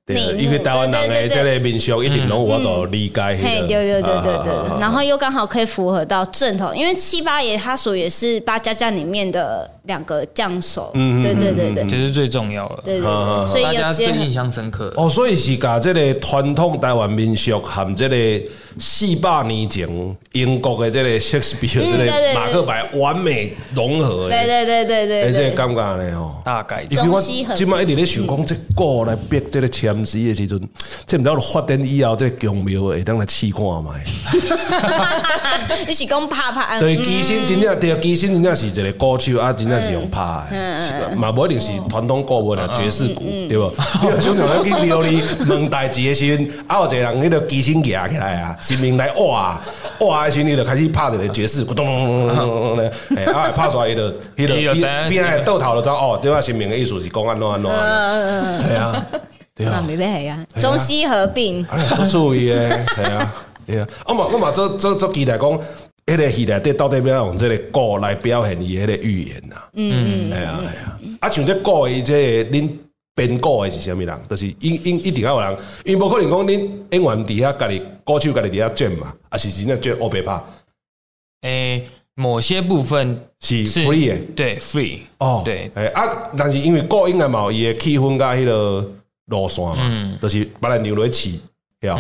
对，因为台湾人的这个民俗一定拢有法度理解。 对，然后又刚好可以符合到正统，因为七八爷他属于也是八家将里面的2个将手，对， 这是最重要的， 对，所以大家最印象深刻。 哦，所以是把这个传统台湾民俗和这个400年前英国的这个 Shakespeare 这个马克白完美融合。 对， 而且感觉呢吼， 大概。 因为我今麦一直咧想讲，这古来逼这个签字的时阵，这唔知道发展以后，这个宫庙会当来试看卖。 你是讲拍？ 对，机身真正对，机身真正是一个鼓手啊，真正是用拍的，嘛无一定是传统古文啊，爵士鼓对不？你有想象咱去庙里问代志的时阵，啊有一个人迄个机身举起来啊，神明来哇的时阵，你就开始拍一个爵士鼓，咚咚咚咚，啊拍出来伊就边仔倒头就讲哦，这个神明的意思是讲安怎，系啊，对啊， 没系啊，中西合并， 做趣味的，系啊。我嘛做期待讲，迄个戏内底到底要用这个鼓来表现伊迄个语言呐。系啊。啊，像这鼓伊这恁编鼓的是啥物人？就是一定要有人，因为无可能讲恁演员伫遐家己歌手家己伫遐卷嘛，啊是真正卷黑白拍。 某些部分是 free 的， 对 free 哦， 对， 但是因为鼓应该嘛有伊的气氛甲迄个路线嘛，就是把咱牛落去，对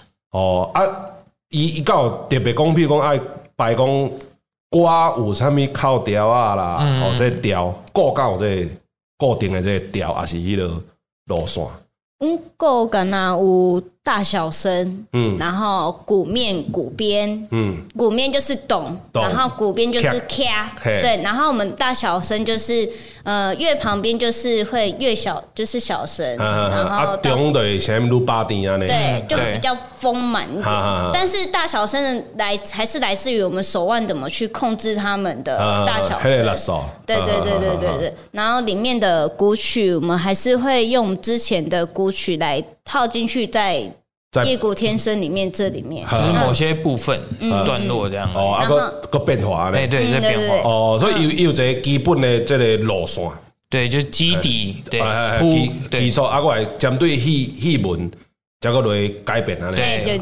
伊有特别讲，譬如讲爱摆讲歌有啥物口调啊啦，这调鼓敢有这固定的这调，还是迄个路线。 鼓敢若有大小声，然后鼓面、鼓边，鼓面就是咚，然后鼓边就是咔，对，然后我们大小声就是越旁边就是会越小，就是小声，然后中的像撸巴丁啊， 对，就比较丰满一点。但是大小声的还是来自于我们手腕怎么去控制他们的大小声，对。然后里面的鼓曲，我们还是会用之前的鼓曲来套进去在夜鼓天生里面，这里面就是某些部分段落这样个变化呢， 对，在变化所以有一个基本的这个路线， 对，就是基底，对， 基础过来针对戏文，再个来改变啊， 对，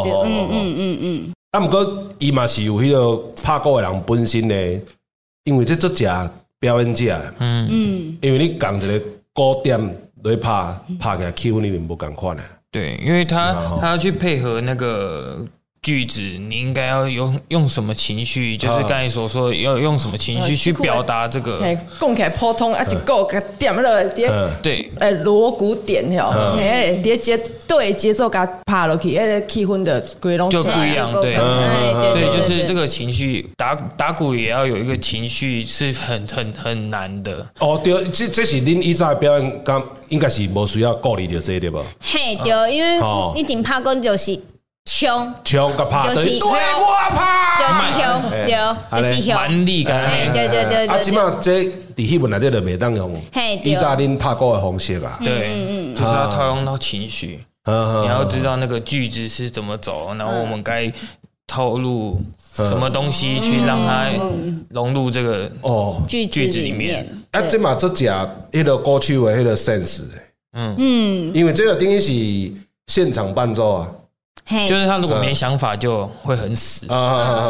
不过伊嘛是有迄个拍鼓的人本身呢，因为这做只表演者，因为你讲一个鼓点来拍起来气氛一定无共款啊。 对，因为他要去配合那个句子，你应该要用什么情绪？就是刚才所说，要用什么情绪去表达这个？ 讲起来普通啊，一个给点了， 对， 锣鼓点哟，对节奏给拍落去，那气氛的归拢就不一样，对，所以就是这个情绪，打鼓也要有一个情绪，是很难的。 哦，对，这是恁以前表演，应该是无需要顾虑到这对不？ 嘿，对，因为你顶拍鼓就是冲个拍， 就是对我拍， 就是冲，对，就是冲， 蛮力感， 对。 啊，即马这伫戏文内底就袂当用，以前恁拍鼓的方式啊， 对，就是要套用到情绪，你要知道那个句子是怎么走，然后我们该透露什么东西去让它融入这个句子里面。 啊，这嘛这只迄个歌曲的迄个 sense， 因为这个等于是现场伴奏啊。 就是他如果没想法就会很死对，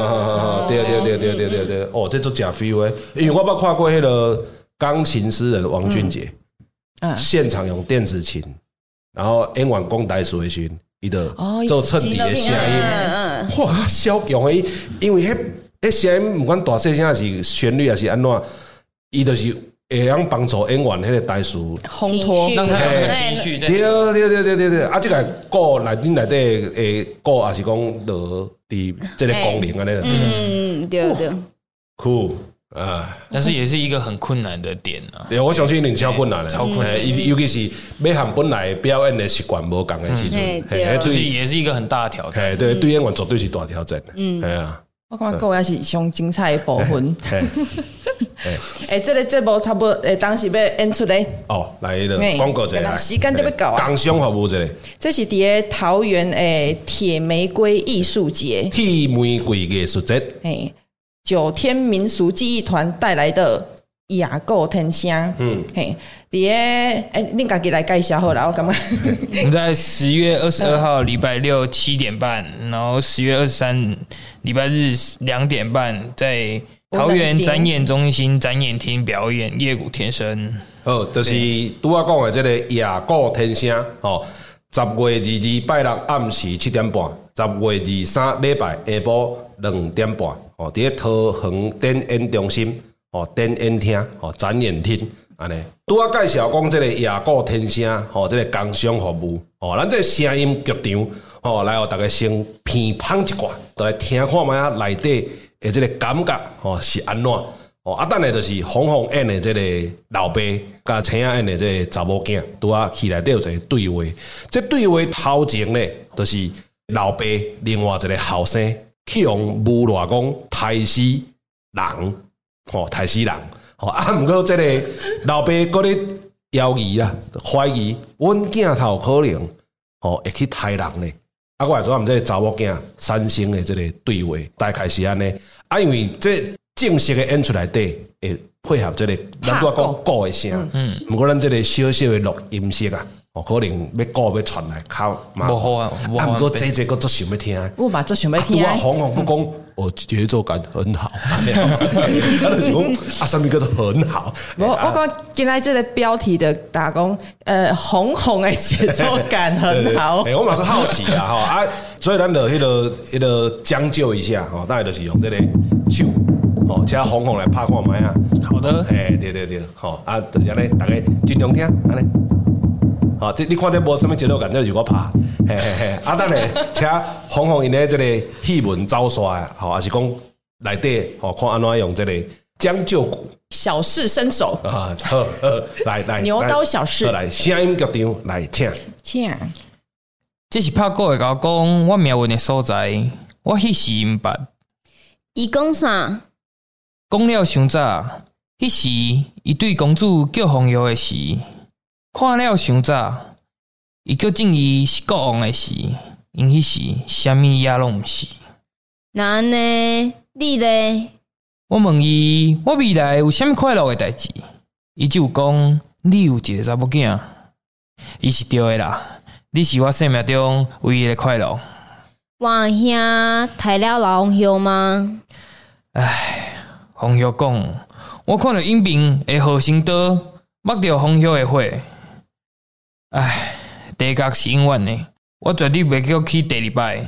哦，这做假 feel 的，因为我捌看过迄个钢琴诗人王俊杰，现场用电子琴，然后演完讲台词的时候，伊就做衬底的声音，哇，小强的，因为迄声音不管大细声还是旋律还是安怎，伊就是会让帮助演员迄个台词烘托， 让他有情绪在。 对，啊，这个鼓内底诶鼓也是讲落伫这个功能安尼。 对， 酷啊！ 但是也是一个很困难的点啊。 对，我相信你超困难的， 超困难， 尤其是要和本来表演的习惯无共的时阵， 所以也是一一个很大的挑战。 对，对演员绝对是大挑战的。系啊， 我感觉鼓也是上精彩的部分。这个节目差不多当时要演出嘞。 哦，来了广告一下， 时间都要到啊。 工商服务一下， 这是伫桃园铁玫瑰艺术节， 铁玫瑰艺术节， 9天民俗技艺团带来的亚购天香，嘿，伫个恁家己来介绍好了，我感觉。 我们在10月22号礼拜六7点半，然后10月23礼拜日2点半，在桃园展演中心展演厅表演《夜谷天生》。 就是拄仔讲的这个亚购天声哦，10月22拜六暗时7点半，10月23礼拜下晡2点半，哦，伫个桃园展演中心哦展演厅哦展演厅安尼。拄仔介绍讲这个亚购天声哦，这个工商服务哦，咱这声音剧场哦，来互大家先偏芳一挂，就来听看觅啊内底的这个感觉哦是安怎。哦，啊，等下就是红红演的这个老爸，甲青仔演的这个查某囝，拄啊戏内底有一个对话。这对话头前呢，就是老爸另外一个后生去用诬赖讲杀死人，杀死人。啊，毋过这个老爸搁咧犹豫啦，怀疑阮囝头可能会去杀人呢。啊，我来做我们这个查某囝产生的这个对话，大概是安尼。啊，因为这正式的演出内底会配合这个咱拄仔讲鼓的声，毋过咱这个小小的录音室啊，可能要鼓要传来靠嘛， 无好啊， 啊，毋过这个足想要听， 我嘛足想要听， 拄仔红红不讲，我节奏感很好，啊，就是讲啊，什么叫做很好？ 我讲今仔这个标题的打工，红红的节奏感很好。 我嘛是好奇啦，吼啊，所以咱就迄个将就一下，吼，当然就是用这个手。哦，请红红来拍看卖啊！ 好的， 对，好啊，就安尼，大家尽量听安尼。好，这你看这无什么节奏感，这就是我拍，啊，等下请红红因的这个戏文走煞，好，还是讲内底，好看安怎用这个将就鼓小试身手啊，好，来， 牛刀小试， 来声音剧场来请。 这是拍鼓的甲我讲我命运的所在，我迄时毋捌。 伊讲啥？ 讲了伤早，迄时伊对公主叫红药的时，看了伤早，伊叫正义是国王的时，因迄时啥物也拢毋是。 那呢？你咧？ 我问伊，我未来有啥物快乐的代志？伊就讲，你有一个查某囝，伊是对的啦。你是我生命中唯一的快乐。 我兄杀了老红药吗？ 唉，红药讲，我看到影兵会好心刀剥掉红药的火。唉，第一角是永远的，我绝对袂叫去第二摆。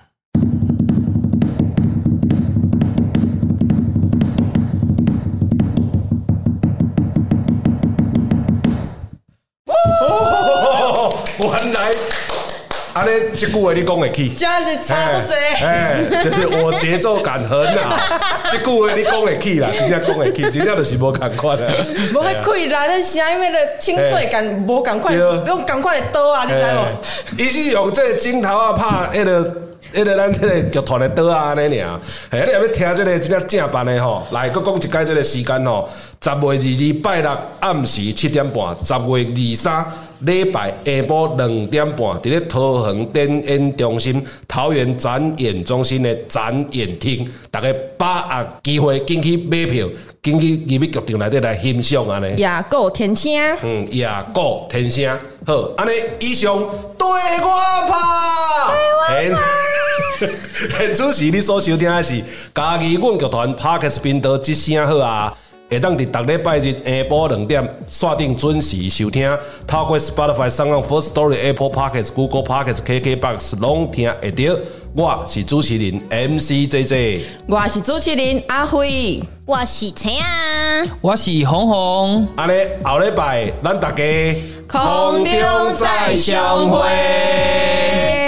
原来。安尼，这句话你讲会起， 真是差足济。 就是我节奏感很好。这句话你讲会起啦，真正讲会起，真正就是无共款啊。 无迄开啦，咱声音迄个清脆感无共款，用共款的刀啊，你知无？ 伊是用这个镜头啊拍迄个咱这个剧团的刀啊安尼尔。你若要听这个真正正版的吼，来佮讲一解这个时间吼，10月22拜六暗时7点半，10月23。礼拜下晡2点半，伫咧桃园展演中心、桃园展演中心的展演厅，大家把握机会，紧去买票，紧去入去剧场内底来欣赏安尼。 亚购天声， 亚购天声，好，安尼以上对我拍。现主持你所收听的是嘉义阮剧团 Podcast 频道一声好啊。会当伫逐礼拜日下晡2点锁定准时收听，透过 Spotify、SoundOn、Firstory、Apple Podcasts、Google Podcasts、KKBox 拢听会到。我是主持人 MC JJ， 我是主持人阿辉， 我是青啊， 我是红红。 安尼后礼拜咱大家空中再相会。